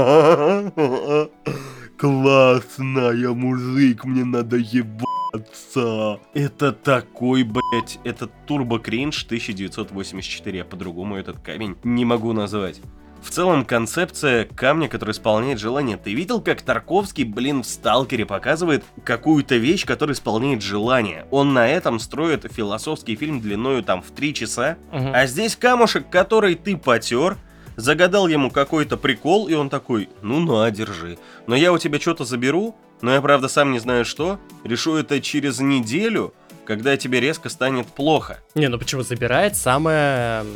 Классно, я мужик, мне надо ебаться! Это такой, блять, это турбо-кринж тысяча девятьсот восемьдесят четыре, я по-другому этот камень не могу назвать. В целом, концепция камня, который исполняет желание. Ты видел, как Тарковский, блин, в «Сталкере» показывает какую-то вещь, которая исполняет желание? Он на этом строит философский фильм длиною там в три часа. Угу. А здесь камушек, который ты потер, загадал ему какой-то прикол, и он такой, ну на, держи. Но я у тебя что-то заберу, но я, правда, сам не знаю что. Решу это через неделю, когда тебе резко станет плохо. Не, ну почему забирает самое...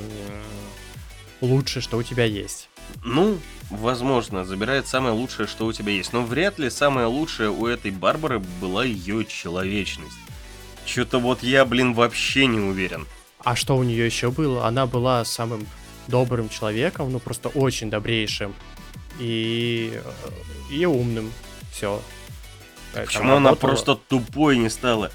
лучшее, что у тебя есть. Ну, возможно, забирает самое лучшее, что у тебя есть. Но вряд ли самое лучшее у этой Барбары была ее человечность. Что-то вот я, блин, вообще не уверен. А что у нее еще было? Она была самым добрым человеком, ну просто очень добрейшим. И, и умным. Все. Почему она просто тупой не стала?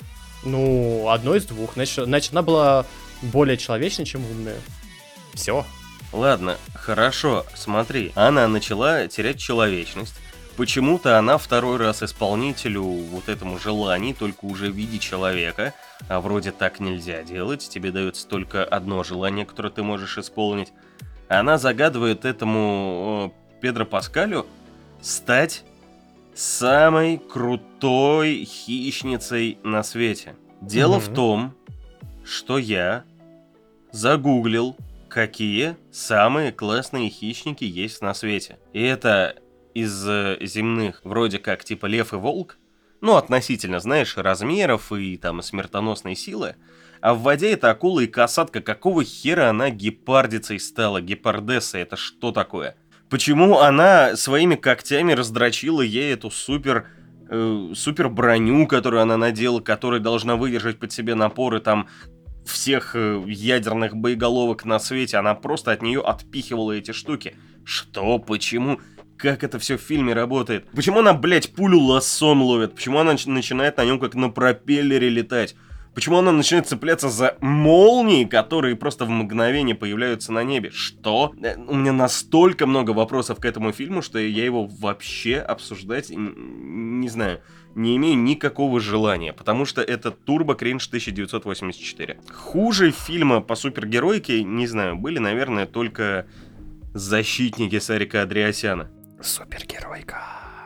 Ну, одно из двух. Значит, значит, она была более человечной, чем умная. Все. Ладно, хорошо, смотри. Она начала терять человечность. Почему-то она второй раз исполнителю вот этому желаний, только уже в виде человека. А вроде так нельзя делать. Тебе дается только одно желание, которое ты можешь исполнить. Она загадывает этому о, Педро Паскалю стать самой крутой хищницей на свете. Дело mm-hmm. в том, что я загуглил, какие самые классные хищники есть на свете. И это из земных, вроде как типа лев и волк, ну относительно, знаешь, размеров и там смертоносной силы. А в воде это акула и касатка. Какого хера она гепардицей стала? Гепардесса, это что такое? Почему она своими когтями раздрочила ей эту супер... Э, супер броню, которую она надела, которая должна выдержать под себе напоры там... всех э, ядерных боеголовок на свете, она просто от нее отпихивала эти штуки. Что? Почему? Как это все в фильме работает? Почему она, блядь, пулю лассом ловит? Почему она начинает на нем как на пропеллере летать? Почему она начинает цепляться за молнии, которые просто в мгновение появляются на небе? Что? У меня настолько много вопросов к этому фильму, что я его вообще обсуждать, не знаю, не имею никакого желания, потому что это турбо-кринж тысяча девятьсот восемьдесят четыре. Хуже фильма по супергеройке, не знаю, были, наверное, только защитники Сарика Андреасяна. Супергеройка.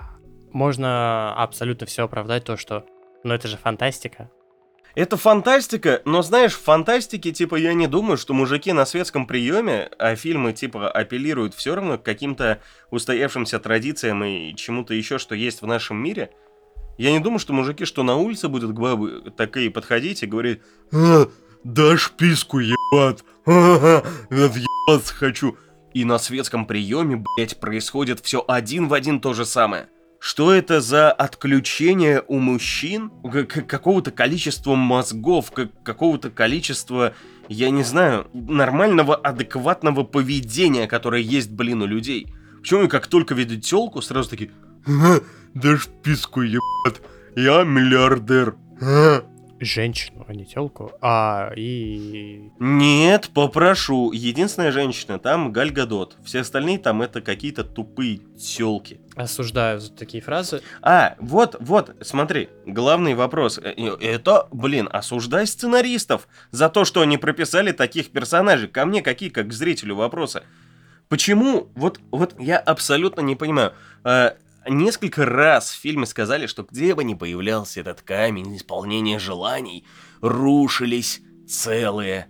Можно абсолютно все оправдать, то, что... Ну это же фантастика. Это фантастика, но знаешь, в фантастике, типа, я не думаю, что мужики на светском приеме, а фильмы, типа, апеллируют все равно к каким-то устоявшимся традициям и чему-то еще, что есть в нашем мире. Я не думаю, что мужики, что на улице будут к бабе такие подходить и говорить: «А, дашь писку, ебать, ага, отъебаться хочу». И на светском приеме, блять, происходит все один в один то же самое. Что это за отключение у мужчин к- какого-то количества мозгов, к- какого-то количества, я не знаю, нормального, адекватного поведения, которое есть, блин, у людей? Почему как только видят тёлку, сразу такие: «Ага, дашь писку, ебать, я миллиардер». Ага. Женщину, а не телку. А, и... Нет, попрошу. Единственная женщина там Галь Гадот. Все остальные там это какие-то тупые тёлки. Осуждаю за такие фразы. А, вот, вот, смотри, главный вопрос. Э, Это, блин, осуждай сценаристов за то, что они прописали таких персонажей. Ко мне какие, как к зрителю, вопросы. Почему? Вот, вот я абсолютно не понимаю. Э, Несколько раз в фильме сказали, что где бы ни появлялся этот камень исполнения желаний, рушились целые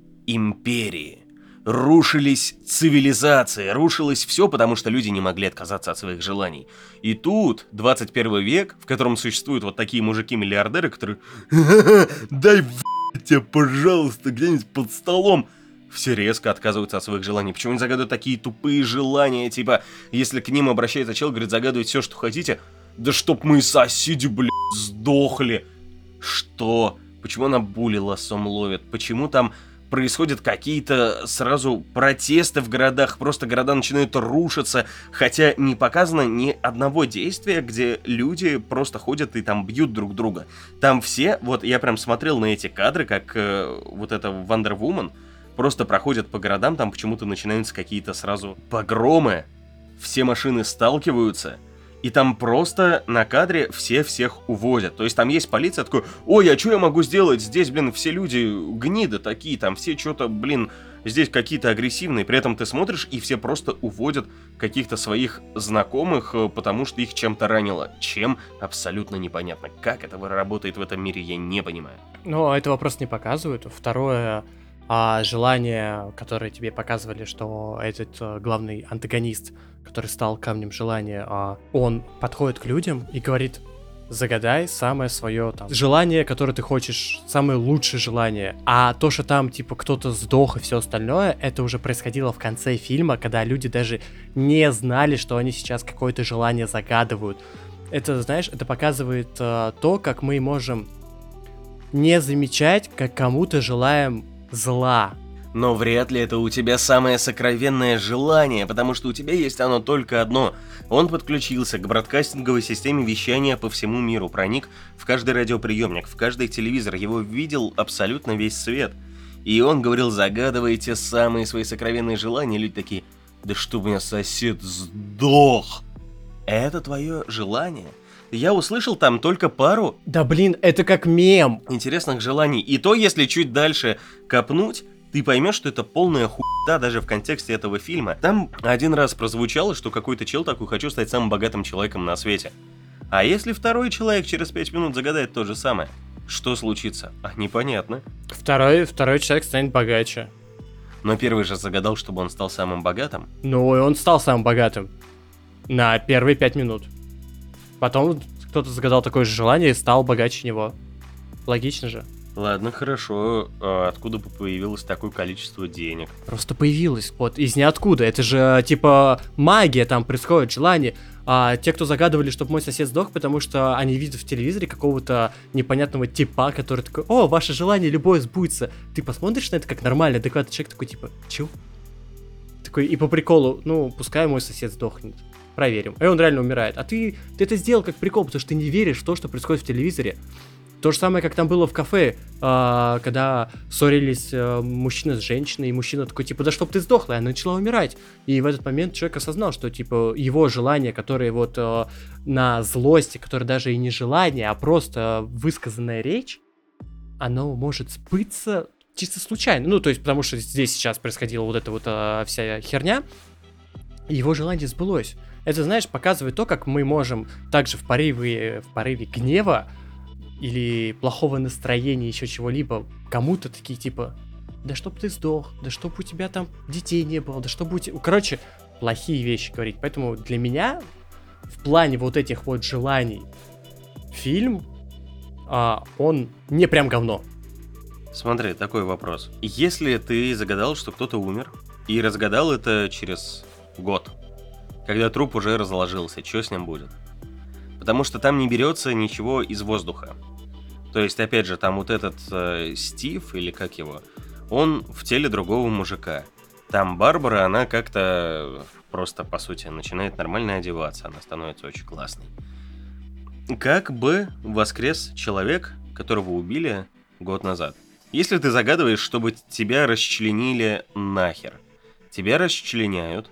империи. Рушились цивилизации, рушилось все, потому что люди не могли отказаться от своих желаний. И тут двадцать первый век, в котором существуют вот такие мужики-миллиардеры, которые: «Дай в***ь тебя, пожалуйста, где-нибудь под столом». Все резко отказываются от своих желаний. Почему они загадывают такие тупые желания? Типа, если к ним обращается чел, говорит: загадывайте все, что хотите. Да чтоб мы соседи, блядь, сдохли. Что? Почему она були лосом ловит? Почему там происходят какие-то сразу протесты в городах? Просто города начинают рушиться. Хотя не показано ни одного действия, где люди просто ходят и там бьют друг друга. Там все, вот я прям смотрел на эти кадры, как э, вот эта Wonder Woman просто проходят по городам, там почему-то начинаются какие-то сразу погромы, все машины сталкиваются, и там просто на кадре все всех увозят. То есть там есть полиция, такой: ой, а что я могу сделать? Здесь, блин, все люди гниды такие, там все что-то, блин, здесь какие-то агрессивные. При этом ты смотришь, и все просто уводят каких-то своих знакомых, потому что их чем-то ранило. Чем? Абсолютно непонятно. Как это работает в этом мире, я не понимаю. Но это вопрос не показывают. Второе... А желание, которое тебе показывали, что этот э, главный антагонист, который стал камнем желания, а, он подходит к людям и говорит: загадай самое свое там желание, которое ты хочешь, самое лучшее желание. А то, что там типа кто-то сдох и все остальное, это уже происходило в конце фильма, когда люди даже не знали, что они сейчас какое-то желание загадывают. Это, знаешь, это показывает э, то, как мы можем не замечать, как кому-то желаем зла. Но вряд ли это у тебя самое сокровенное желание, потому что у тебя есть оно только одно. Он подключился к бродкастинговой системе вещания по всему миру, проник в каждый радиоприемник, в каждый телевизор, его видел абсолютно весь свет. И он говорил: загадывайте самые свои сокровенные желания. Люди такие: да чтоб у меня сосед сдох. Это твое желание? Я услышал там только пару... Да блин, это как мем. Интересных желаний. И то, если чуть дальше копнуть, ты поймешь, что это полная хуйта даже в контексте этого фильма. Там один раз прозвучало, что какой-то чел такой: хочу стать самым богатым человеком на свете. А если второй человек через пять минут загадает то же самое, что случится? А, непонятно. Второй, второй человек станет богаче. Но первый же загадал, чтобы он стал самым богатым. Ну и он стал самым богатым. На первые пять минут. Потом кто-то загадал такое же желание и стал богаче него. Логично же. Ладно, хорошо. А откуда бы появилось такое количество денег? Просто появилось, вот, из ниоткуда. Это же, типа, магия там происходит, желание. А те, кто загадывали, чтобы мой сосед сдох, потому что они видят в телевизоре какого-то непонятного типа, который такой: о, ваше желание любое сбудется. Ты посмотришь на это как нормальный, адекватный человек, такой, типа, чё? Такой, и по приколу: ну, пускай мой сосед сдохнет. Проверим. И он реально умирает. А ты, ты это сделал как прикол, потому что ты не веришь в то, что происходит в телевизоре. То же самое, как там было в кафе, э, когда ссорились э, мужчина с женщиной, и мужчина такой, типа: да чтоб ты сдохла, и она начала умирать. И в этот момент человек осознал, что, типа, его желание, которое вот э, на злости, которое даже и не желание, а просто высказанная речь, оно может сбыться чисто случайно. Ну, то есть, потому что здесь сейчас происходила вот эта вот э, вся херня, И его желание сбылось. Это, знаешь, показывает то, как мы можем также в порыве, в порыве гнева или плохого настроения, еще чего-либо, кому-то такие типа, да чтоб ты сдох, да чтоб у тебя там детей не было, да чтоб у тебя... Короче, плохие вещи говорить. Поэтому для меня в плане вот этих вот желаний фильм, а, он не прям говно. Смотри, такой вопрос. Если ты загадал, что кто-то умер, и разгадал это через год, когда труп уже разложился, что с ним будет? Потому что там не берется ничего из воздуха. То есть, опять же, там вот этот э, Стив, или как его, он в теле другого мужика. Там Барбара, она как-то просто, по сути, начинает нормально одеваться, она становится очень классной. Как бы воскрес человек, которого убили год назад? Если ты загадываешь, чтобы тебя расчленили нахер, тебя расчленяют,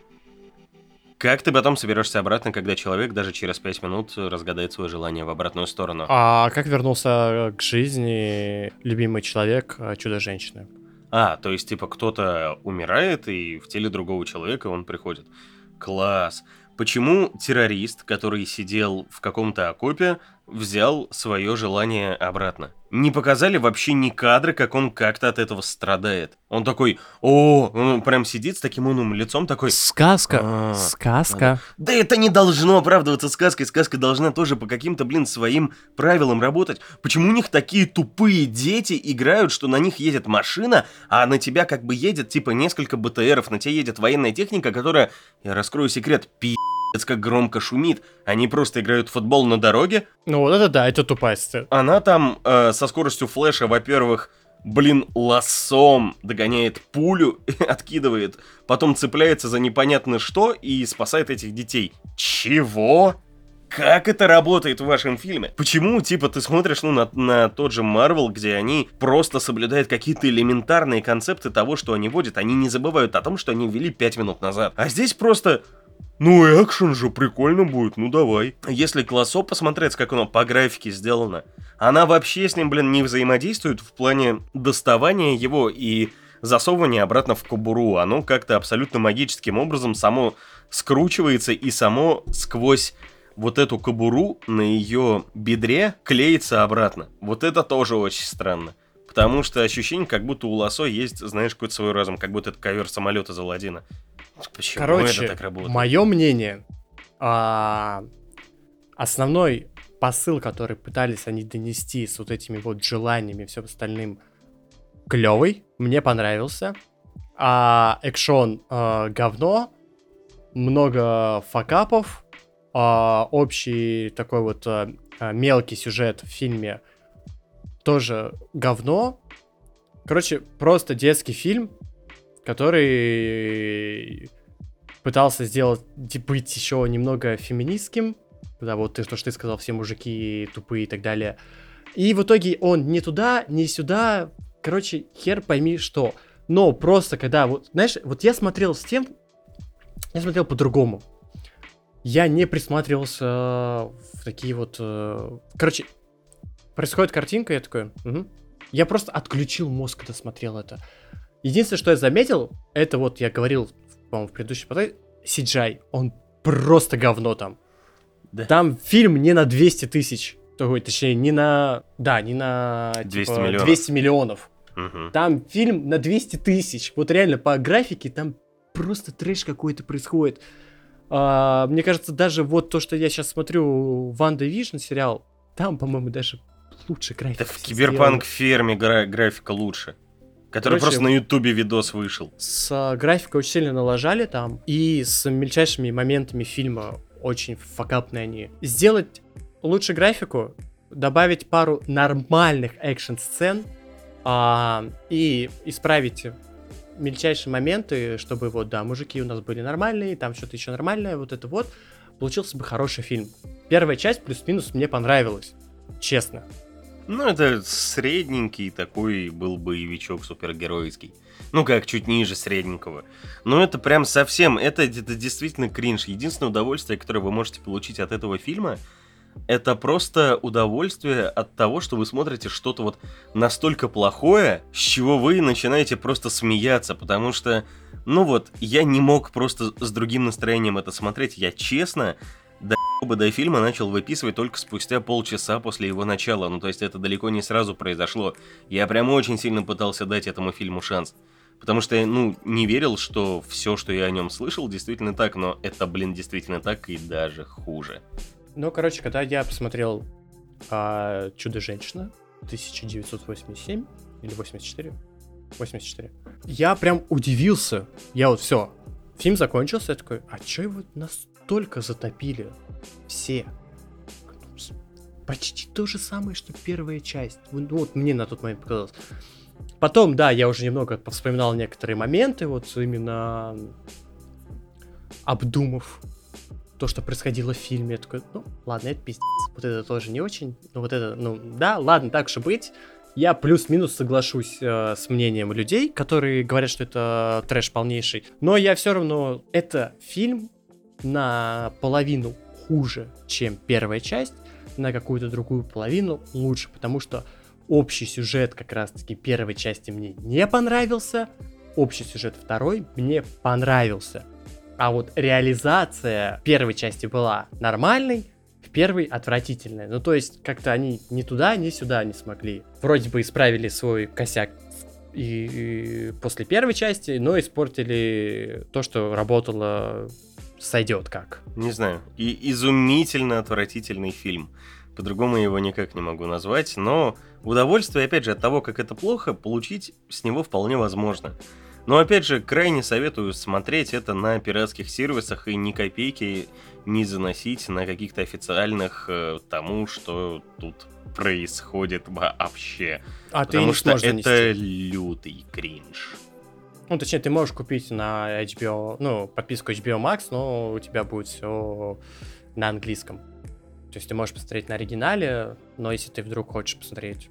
как ты потом соберешься обратно, когда человек даже через пять минут разгадает свое желание в обратную сторону? А как вернулся к жизни любимый человек, Чудо-женщины? А, то есть, типа, кто-то умирает, и в теле другого человека он приходит. Класс. Почему террорист, который сидел в каком-то окопе, взял свое желание обратно? Не показали вообще ни кадры, как он как-то от этого страдает. Он такой, о, он прям сидит с таким умным лицом, такой... Сказка, «А, сказка. Да это не должно оправдываться сказкой. Сказка должна тоже по каким-то, блин, своим правилам работать. Почему у них такие тупые дети играют, что на них едет машина, а на тебя как бы едет, типа, несколько БТРов, на тебя едет военная техника, которая, я раскрою секрет, пи***ц как громко шумит. Они просто играют в футбол на дороге. Ну вот это да, это тупая сцена. Она там э, со скоростью флеша, во-первых, блин, лассом догоняет пулю, откидывает, потом цепляется за непонятно что и спасает этих детей. Чего? Как это работает в вашем фильме? Почему, типа, ты смотришь, ну, на, на тот же Marvel, где они просто соблюдают какие-то элементарные концепты того, что они водят, они не забывают о том, что они ввели пять минут назад. А здесь просто... Ну, экшен же прикольно будет, ну давай. Если Классо посмотреть, как оно по графике сделано, она вообще с ним, блин, не взаимодействует в плане доставания его и засовывания обратно в кобуру. Оно как-то абсолютно магическим образом само скручивается и само сквозь вот эту кобуру на ее бедре клеится обратно. Вот это тоже очень странно. Потому что ощущение, как будто у Лассо есть, знаешь, какой-то свой разум, как будто это ковер самолета за Аладдина. Почему Короче, это так работает? мое мнение, а, основной посыл, который пытались они донести с вот этими вот желаниями и всем остальным, клевый, мне понравился. А экшон а, говно, много факапов, а, общий такой вот а, мелкий сюжет в фильме тоже говно. Короче, просто детский фильм, который пытался сделать, быть еще немного феминистским. Да, вот ты, то, что ты сказал, все мужики тупые и так далее. И в итоге он не туда, не сюда. Короче, хер пойми что. Но просто когда, вот, знаешь, вот я смотрел с тем, я смотрел по-другому. Я не присматривался в такие вот... Короче, происходит картинка, я такой... Угу. Я просто отключил мозг, когда смотрел это. Единственное, что я заметил, это вот я говорил, по-моему, в предыдущем подкасте, си джи ай, он просто говно там. Да. Там фильм не на двести тысяч, точнее, не на, да, не на двести типа, миллионов. двести миллионов. Угу. Там фильм на двести тысяч. Вот реально по графике там просто трэш какой-то происходит. А, мне кажется, даже вот то, что я сейчас смотрю, Ванда Вижн сериал, там, по-моему, даже лучше графика. Да в Киберпанк Ферме гра- графика лучше. Который Короче, просто на Ютубе видос вышел. С uh, графикой очень сильно налажали там. И с мельчайшими моментами фильма очень факапные они. Сделать лучше графику, добавить пару нормальных экшн-сцен а, и исправить мельчайшие моменты, чтобы вот, да, мужики у нас были нормальные, там что-то еще нормальное, вот это вот. Получился бы хороший фильм. Первая часть плюс-минус мне понравилась. Честно. Ну, это средненький такой был боевичок супергеройский. Ну, как, чуть ниже средненького. Но это прям совсем, это, это действительно кринж. Единственное удовольствие, которое вы можете получить от этого фильма, это просто удовольствие от того, что вы смотрите что-то вот настолько плохое, с чего вы начинаете просто смеяться, потому что, ну вот, я не мог просто с другим настроением это смотреть, я честно, до ебы до фильма начал выписывать только спустя полчаса после его начала, ну то есть это далеко не сразу произошло, я прям очень сильно пытался дать этому фильму шанс. Потому что я, ну, не верил, что все, что я о нем слышал, действительно так, но это, блин, действительно так и даже хуже. Ну, короче, когда я посмотрел а, «Чудо-женщина» тысяча девятьсот восемьдесят семь или восемьдесят четыре, восемьдесят четыре, я прям удивился. Я вот все, фильм закончился, я такой, а чё его настолько затопили все? Почти то же самое, что первая часть. Ну, вот мне на тот момент показалось. Потом, да, я уже немного повспоминал некоторые моменты, вот именно обдумав то, что происходило в фильме. Я такой, ну, ладно, это пиздец. Вот это тоже не очень. Ну, вот это, ну, да, ладно, так уж и быть. Я плюс-минус соглашусь э, с мнением людей, которые говорят, что это трэш полнейший. Но я все равно... Это фильм на половину хуже, чем первая часть, на какую-то другую половину лучше, потому что общий сюжет как раз-таки первой части мне не понравился, общий сюжет второй мне понравился. А вот реализация первой части была нормальной, в первой отвратительной. Ну то есть как-то они ни туда, ни сюда не смогли. Вроде бы исправили свой косяк и, и после первой части, но испортили то, что работало, сойдет как. Не знаю, и изумительно отвратительный фильм. По-другому его никак не могу назвать, но удовольствие, опять же, от того, как это плохо, получить с него вполне возможно. Но, опять же, крайне советую смотреть это на пиратских сервисах и ни копейки не заносить на каких-то официальных э, тому, что тут происходит вообще. А Потому ты не что сможешь это занести. лютый кринж. Ну, точнее, ты можешь купить на эйч би о, ну, подписку эйч би о Max, но у тебя будет все на английском. То есть ты можешь посмотреть на оригинале, но если ты вдруг хочешь посмотреть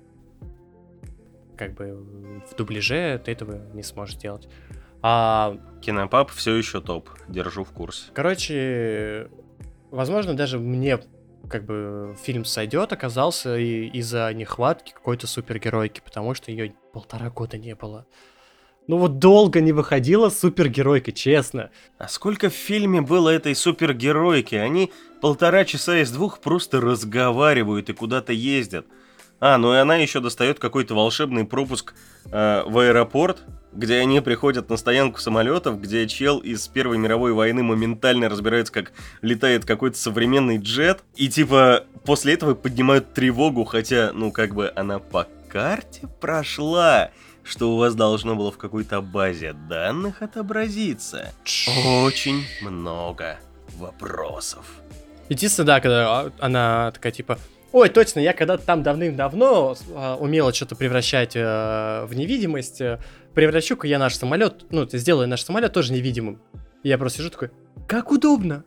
как бы в дубляже, ты этого не сможешь делать. А, Кинопаб все еще топ, держу в курсе. короче, возможно, даже мне как бы фильм сойдет оказался и из-за нехватки какой-то супергеройки, потому что ее полтора года не было. Ну вот долго не выходила супергеройка, честно. А сколько в фильме было этой супергеройки? Они полтора часа из двух просто разговаривают и куда-то ездят. А, ну и она еще достает какой-то волшебный пропуск э, в аэропорт, где они приходят на стоянку самолетов, где чел из Первой мировой войны моментально разбирается, как летает какой-то современный джет. И типа после этого поднимают тревогу, хотя, ну как бы она по карте прошла, что у вас должно было в какой-то базе данных отобразиться. Очень много вопросов. Единственное, да, когда она такая типа... Ой, точно, я когда-то там давным-давно э, умела что-то превращать э, в невидимость. Э, Превращу-ка я наш самолет, ну, ты сделай наш самолет тоже невидимым. И я просто сижу такой, как удобно.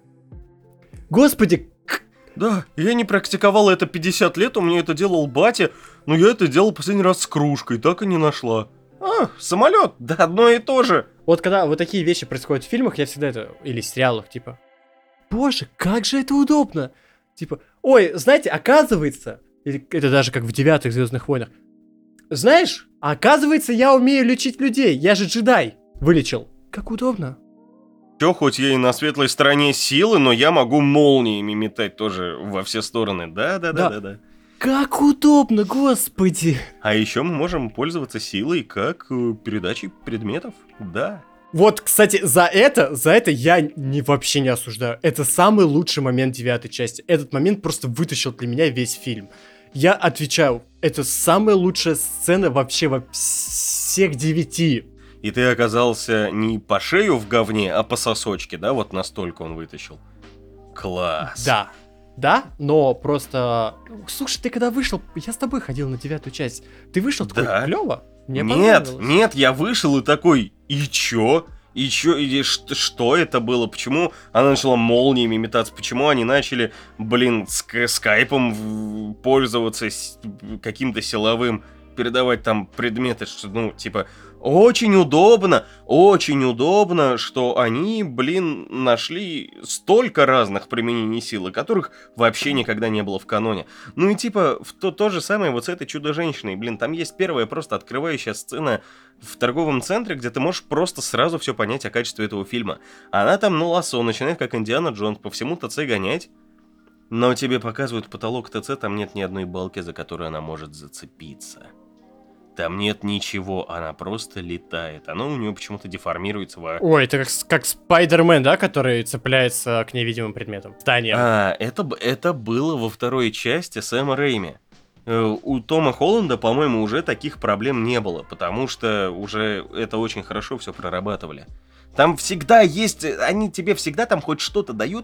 Господи, к- Да, я не практиковал это пятьдесят лет, у меня это делал батя, но я это делал последний раз с кружкой, так и не нашла. А, самолет, да одно и то же. Вот когда вот такие вещи происходят в фильмах, я всегда это... Или сериалах, типа... Боже, как же это удобно! Типа, ой, знаете, оказывается... Или это даже как в девятых Звездных войнах. Знаешь, оказывается, я умею лечить людей. Я же джедай. Вылечил. Как удобно. Чё, хоть я и на светлой стороне силы, но я могу молниями метать тоже во все стороны. Да-да-да-да-да. Как удобно, господи. А еще мы можем пользоваться силой как э, передачей предметов. Да. Вот, кстати, за это, за это я не, вообще не осуждаю. Это самый лучший момент девятой части. Этот момент просто вытащил для меня весь фильм. Я отвечаю, это самая лучшая сцена вообще во всех девяти. И ты оказался не по шею в говне, а по сосочке, да? Вот настолько он вытащил. Класс. Да, да, но просто... Слушай, ты когда вышел, я с тобой ходил на девятую часть. Ты вышел такой, Да. клево? Мне Нет, понравилось. нет, я вышел и такой, и чё? И чё, и ш- что это было? Почему она начала молниями метаться? Почему они начали, блин, ск- скайпом в- пользоваться с- каким-то силовым? передавать там предметы, что, ну, типа, очень удобно, очень удобно, что они, блин, нашли столько разных применений силы, которых вообще никогда не было в каноне. Ну и типа, в то, то же самое вот с этой Чудо-женщиной, блин, там есть первая просто открывающая сцена в торговом центре, где ты можешь просто сразу все понять о качестве этого фильма. Она там на лассо начинает, как Индиана Джонс, по всему ТЦ гонять. Но тебе показывают потолок ТЦ, там нет ни одной балки, за которую она может зацепиться. Там нет ничего, она просто летает. Оно у нее почему-то деформируется во... Ой, это как, как Спайдермен, да, который цепляется к невидимым предметам. Зданиям. А, это, б- это было во второй части Сэма Рэйми. Э, У Тома Холланда, по-моему, уже таких проблем не было, потому что уже это очень хорошо все прорабатывали. Там всегда есть, они тебе всегда там хоть что-то дают,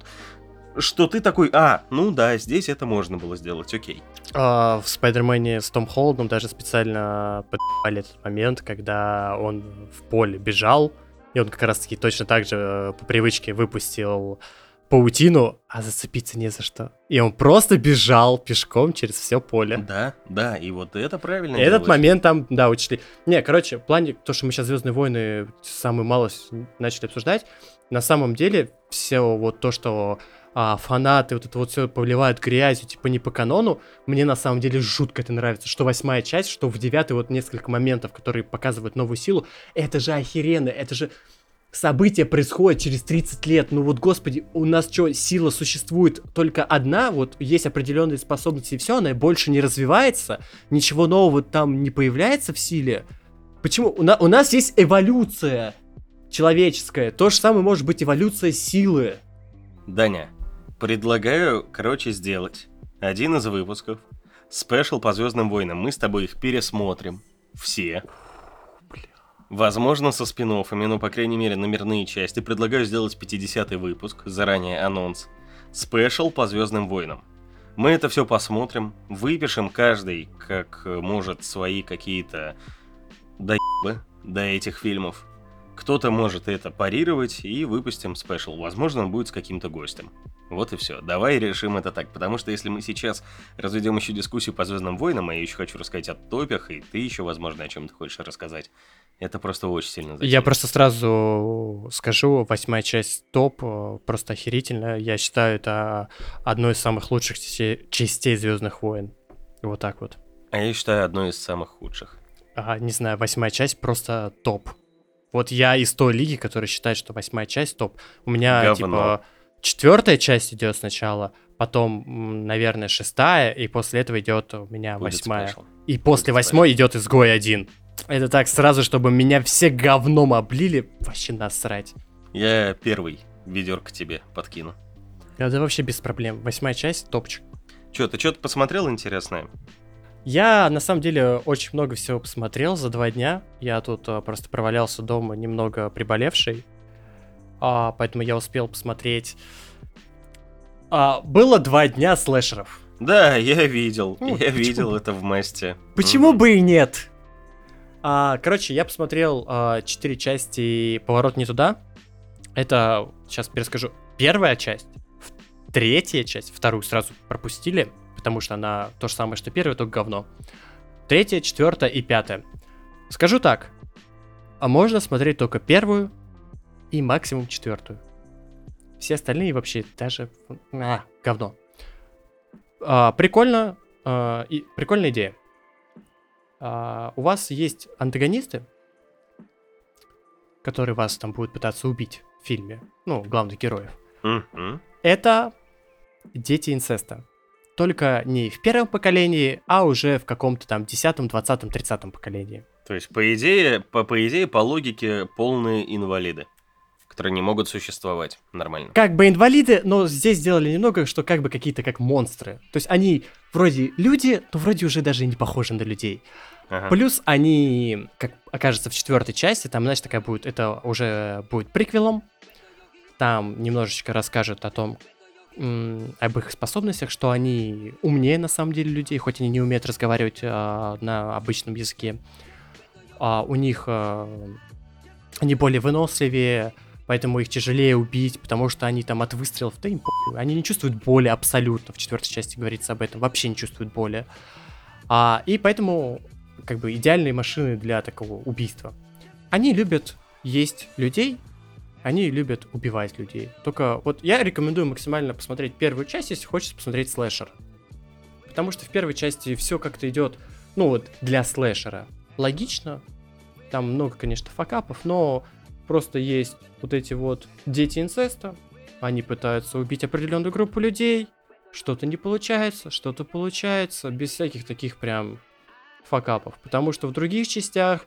что ты такой, а, ну да, здесь это можно было сделать, окей. А, в Спайдермене с Том Холландом даже специально подпали этот момент, когда он в поле бежал, и он как раз-таки точно так же э, по привычке выпустил паутину, а зацепиться не за что. И он просто бежал пешком через все поле. Да, да, и вот это правильно И этот делаешь. момент там, да, учли. Не, короче, в плане, то, что мы сейчас «Звездные войны» самую малость начали обсуждать, на самом деле все вот то, что а, фанаты вот это вот все поливают грязью, типа не по канону, мне на самом деле жутко это нравится. Что восьмая часть, что в девятой вот несколько моментов, которые показывают новую силу, это же охеренно, это же... События происходят через тридцать лет. Ну вот, господи, у нас что, сила существует только одна? Вот есть определенные способности и все, она больше не развивается? Ничего нового там не появляется в силе? Почему? У, на- у нас есть эволюция человеческая. То же самое может быть эволюция силы. Даня, предлагаю, короче, сделать один из выпусков, спешл по Звездным войнам. Мы с тобой их пересмотрим. Все. Возможно, со спин-оффами, ну, по крайней мере, номерные части. Предлагаю сделать пятидесятый выпуск, заранее анонс. Спешл по Звездным войнам. Мы это все посмотрим, выпишем каждый, как может, свои какие-то доебы до этих фильмов. Кто-то может это парировать и выпустим спешл. Возможно, он будет с каким-то гостем. Вот и все. Давай решим это так, потому что если мы сейчас разведем еще дискуссию по Звездным войнам, а я еще хочу рассказать о топях, и ты еще, возможно, о чем ты хочешь рассказать, это просто очень сильно затянет. Я просто сразу скажу, восьмая часть топ, э, просто охерительно. Я считаю, это одной из самых лучших частей, частей Звездных войн. Вот так вот. А я считаю, одной из самых худших. А, не знаю, восьмая часть просто топ. Вот я из той лиги, которая считает, что восьмая часть топ. У меня, Говно. типа, четвертая часть идет сначала, потом, м, наверное, шестая, и после этого идет у меня Будет восьмая. спешл. И после Будет восьмой идет изгой один. Это так сразу, чтобы меня все говном облили, вообще насрать. Я первый ведерко тебе подкину. Это вообще без проблем. Восьмая часть топчик. Че, ты что-то посмотрел интересное? Я, на самом деле, очень много всего посмотрел за два дня. Я тут а, просто провалялся дома, немного приболевший. А, поэтому я успел посмотреть... А, было два дня слэшеров. Да, я видел. Ну, я почему видел бы- это в масте. Почему Мгм. бы и нет? А, короче, я посмотрел а, четыре части «Поворот не туда». Это, сейчас перескажу, первая часть, в- третья часть, вторую сразу пропустили, потому что она то же самое, что первая, только говно. Третья, четвертая и пятая. Скажу так, а можно смотреть только первую и максимум четвертую. Все остальные вообще даже а, говно. А, прикольно, а, и, прикольная идея. А, у вас есть антагонисты, которые вас там будут пытаться убить в фильме, ну, главных героев. Мгм. Это дети инцеста. Только не в первом поколении, а уже в каком-то там десятом, двадцатом, тридцатом поколении. То есть, по идее, по, по идее, по логике, полные инвалиды, которые не могут существовать нормально. Как бы инвалиды, но здесь сделали немного, что как бы какие-то как монстры. То есть они вроде люди, но вроде уже даже не похожи на людей. Ага. Плюс они, как окажется в четвертой части, там, знаешь, такая будет, это уже будет приквелом. Там немножечко расскажут о том, м, об их способностях, что они умнее на самом деле людей, хоть они не умеют разговаривать а, на обычном языке. А, у них а, они более выносливее, поэтому их тяжелее убить, потому что они там от выстрелов, да им похуй, они не чувствуют боли абсолютно. В четвертой части говорится об этом, вообще не чувствуют боли. А, и поэтому как бы идеальные машины для такого убийства. Они любят есть людей, они любят убивать людей. Только вот я рекомендую максимально посмотреть первую часть, если хочется посмотреть слэшер. Потому что в первой части все как-то идет, ну вот, для слэшера логично. Там много, конечно, факапов, но просто есть вот эти вот дети инцеста. Они пытаются убить определенную группу людей. Что-то не получается, что-то получается. Без всяких таких прям факапов. Потому что в других частях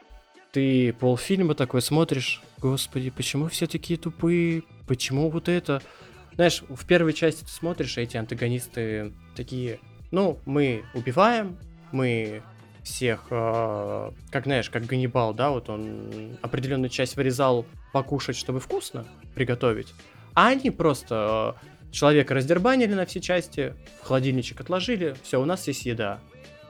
ты полфильма такой смотришь, господи, почему все такие тупые, почему вот это... Знаешь, в первой части ты смотришь, а эти антагонисты такие, ну, мы убиваем, мы всех, э, как знаешь, как Ганнибал, да, вот он определенную часть вырезал покушать, чтобы вкусно приготовить, а они просто э, человека раздербанили на все части, в холодильничек отложили, все, у нас есть еда.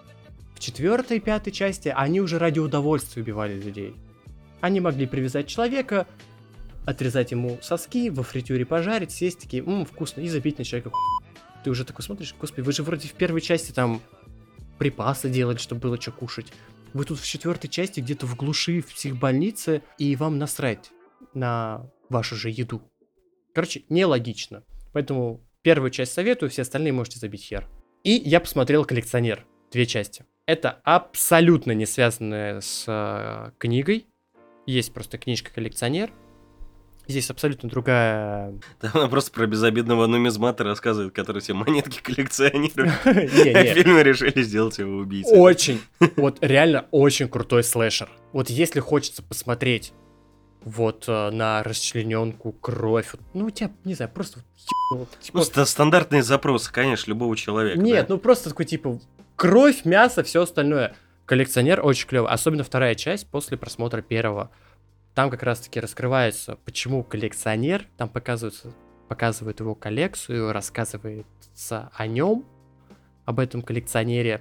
В четвертой и пятой части они уже ради удовольствия убивали людей. Они могли привязать человека, отрезать ему соски, во фритюре пожарить, съесть такие, ммм, вкусно, и забить на человека. Ты уже такой смотришь, господи, вы же вроде в первой части там припасы делали, чтобы было что кушать. Вы тут в четвертой части где-то в глуши, в психбольнице, и вам насрать на вашу же еду. Короче, нелогично. Поэтому первую часть советую, все остальные можете забить хер. И я посмотрел «Коллекционер». Две части. Это абсолютно не связанное с э, книгой. Есть просто книжка «Коллекционер». Здесь абсолютно другая... Там она просто про безобидного нумизмата рассказывает, который все монетки коллекционирует. А В фильме решили сделать его убийцей. Очень, вот реально очень крутой слэшер. Вот если хочется посмотреть вот на расчлененку, кровь, ну у тебя, не знаю, просто... Просто стандартные запросы, конечно, любого человека. Нет, ну просто такой типа... Кровь, мясо, все остальное. «Коллекционер» очень клевый. Особенно вторая часть после просмотра первого. Там как раз-таки раскрывается, почему коллекционер. Там показывается, показывает его коллекцию, рассказывается о нем, об этом коллекционере.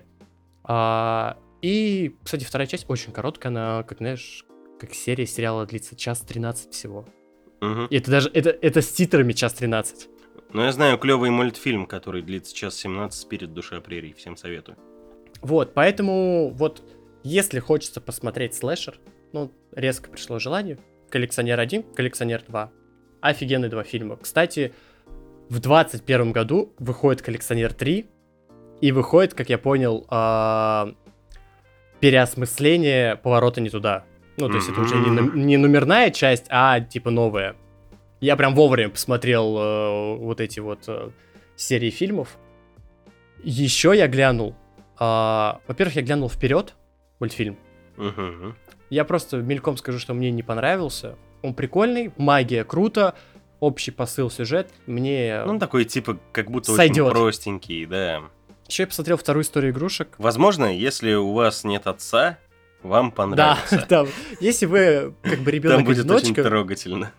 А, и, кстати, вторая часть очень короткая. Она, как знаешь, как серия сериала длится час тринадцать всего. Угу. И это даже, это, это с титрами час тринадцать. Ну, я знаю клевый мультфильм, который длится час семнадцать, «Спирит. Душа прерий». Всем советую. Вот, поэтому вот, если хочется посмотреть слэшер, ну, резко пришло желание. «Коллекционер один», «Коллекционер два». Офигенные два фильма. Кстати, в двадцать первом году выходит «Коллекционер три», и выходит, как я понял, э- переосмысление «Поворота не туда». Ну, то есть это уже не, не номерная часть, а типа новая. Я прям вовремя посмотрел э, вот эти вот э, серии фильмов. Еще я глянул. Э, во-первых, я глянул «Вперед» мультфильм. Uh-huh. Я просто мельком скажу, что мне не понравился. Он прикольный, магия круто, общий посыл, сюжет мне Ну, такой типа как будто сойдет. Очень простенький, да. Еще я посмотрел вторую историю игрушек. Возможно, если у вас нет отца, вам понравится. Да, да. Если вы как бы ребенок-одиночка... Там будет очень трогательно.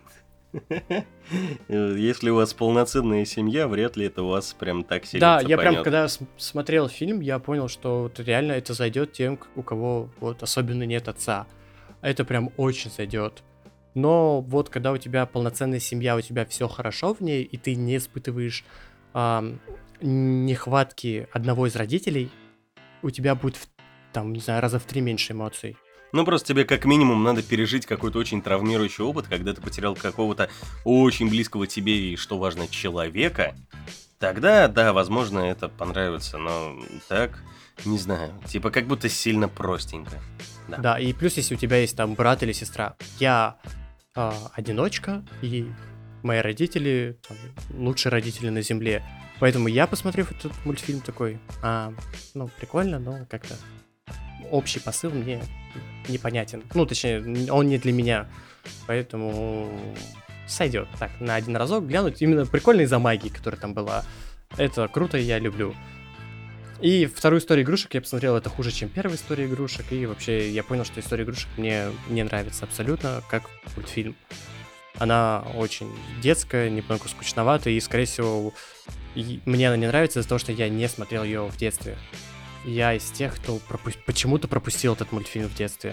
Если у вас полноценная семья, вряд ли это у вас прям так сильно Да, цепанет. я прям, когда с- смотрел фильм, я понял, что вот реально это зайдет тем, у кого вот особенно нет отца. Это прям очень зайдет. Но вот когда у тебя полноценная семья, у тебя все хорошо в ней, и ты не испытываешь ам, нехватки одного из родителей, у тебя будет, в- там, не знаю, раза в три меньше эмоций. Ну, просто тебе как минимум надо пережить какой-то очень травмирующий опыт, когда ты потерял какого-то очень близкого тебе и, что важно, человека. Тогда, да, возможно, это понравится, но так, не знаю, типа как будто сильно простенько. Да, Да, и плюс, если у тебя есть там брат или сестра. Я а, одиночка, и мои родители там, лучшие родители на земле. Поэтому я, посмотрев этот мультфильм, такой, а, ну, прикольно, но как-то общий посыл мне непонятен. Ну, точнее, он не для меня. Поэтому сойдет. Так, на один разок глянуть. Именно прикольно из-за магии, которая там была. Это круто, я люблю. И вторую историю игрушек я посмотрел, это хуже, чем первая история игрушек. И вообще я понял, что история игрушек мне не нравится абсолютно, как мультфильм. Она очень детская, немного скучноватая, и, скорее всего, и мне она не нравится из-за того, что я не смотрел ее в детстве. Я из тех, кто пропу- почему-то пропустил этот мультфильм в детстве.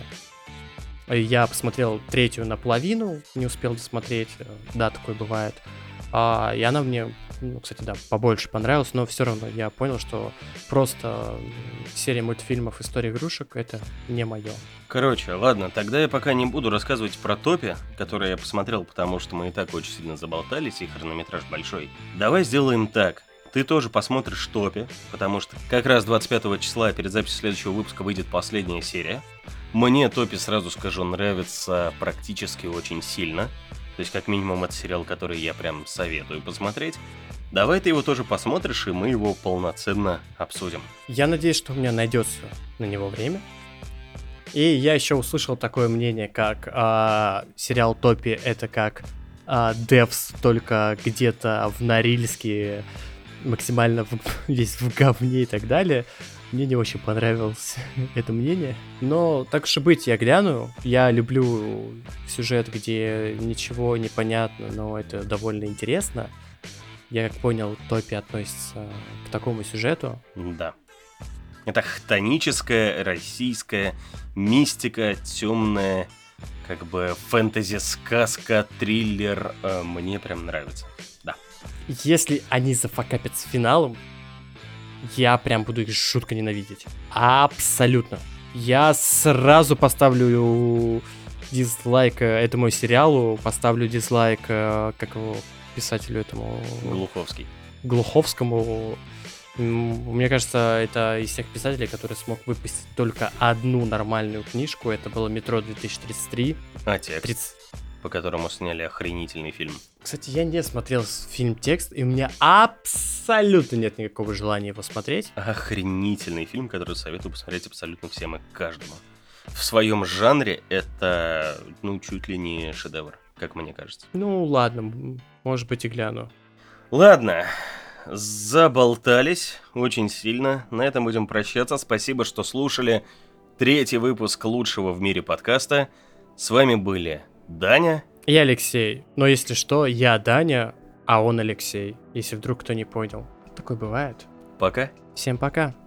Я посмотрел третью наполовину, не успел досмотреть, да, такое бывает. А, и она мне ну, кстати, да, побольше понравилось, но все равно я понял, что просто серия мультфильмов «История игрушек» — это не мое. Короче, ладно, тогда я пока не буду рассказывать про Топи, который я посмотрел, потому что мы и так очень сильно заболтались, и хронометраж большой. Давай сделаем так. Ты тоже посмотришь Топи, потому что как раз двадцать пятого числа перед записью следующего выпуска выйдет последняя серия. Мне Топи, сразу скажу, нравится практически очень сильно. То есть, как минимум, это сериал, который я прям советую посмотреть. Давай ты его тоже посмотришь, и мы его полноценно обсудим. Я надеюсь, что у меня найдется на него время. И я еще услышал такое мнение, как а, сериал Топи — это как а, Девс, только где-то в Норильске, максимально в, весь в говне и так далее. Мне не очень понравилось это мнение. Но так уж и быть, я гляну. Я люблю сюжет, где ничего не понятно, но это довольно интересно. Я, как понял, Топи относится к такому сюжету. Да. Это хтоническая, российская мистика, темная, как бы фэнтези-сказка, триллер. Э, мне прям нравится. Да. Если они зафакапят с финалом, я прям буду их жутко ненавидеть. Абсолютно. Я сразу поставлю дизлайк этому сериалу, поставлю дизлайк, как его, писателю этому... Глуховский. Глуховскому. Мне кажется, это из тех писателей, который смог выпустить только одну нормальную книжку. Это было «Метро две тысячи тридцать три». А, текст, тридцать... по которому сняли охренительный фильм. Кстати, я не смотрел фильм «Текст», и у меня абсолютно нет никакого желания его смотреть. Охренительный фильм, который советую посмотреть абсолютно всем и каждому. В своем жанре это, ну, чуть ли не шедевр, как мне кажется. Ну, ладно, может быть, и гляну. Ладно, заболтались очень сильно. На этом будем прощаться. Спасибо, что слушали третий выпуск лучшего в мире подкаста. С вами были Даня и Алексей. Но если что, я Даня, а он Алексей. Если вдруг кто не понял. Такое бывает. Пока. Всем пока.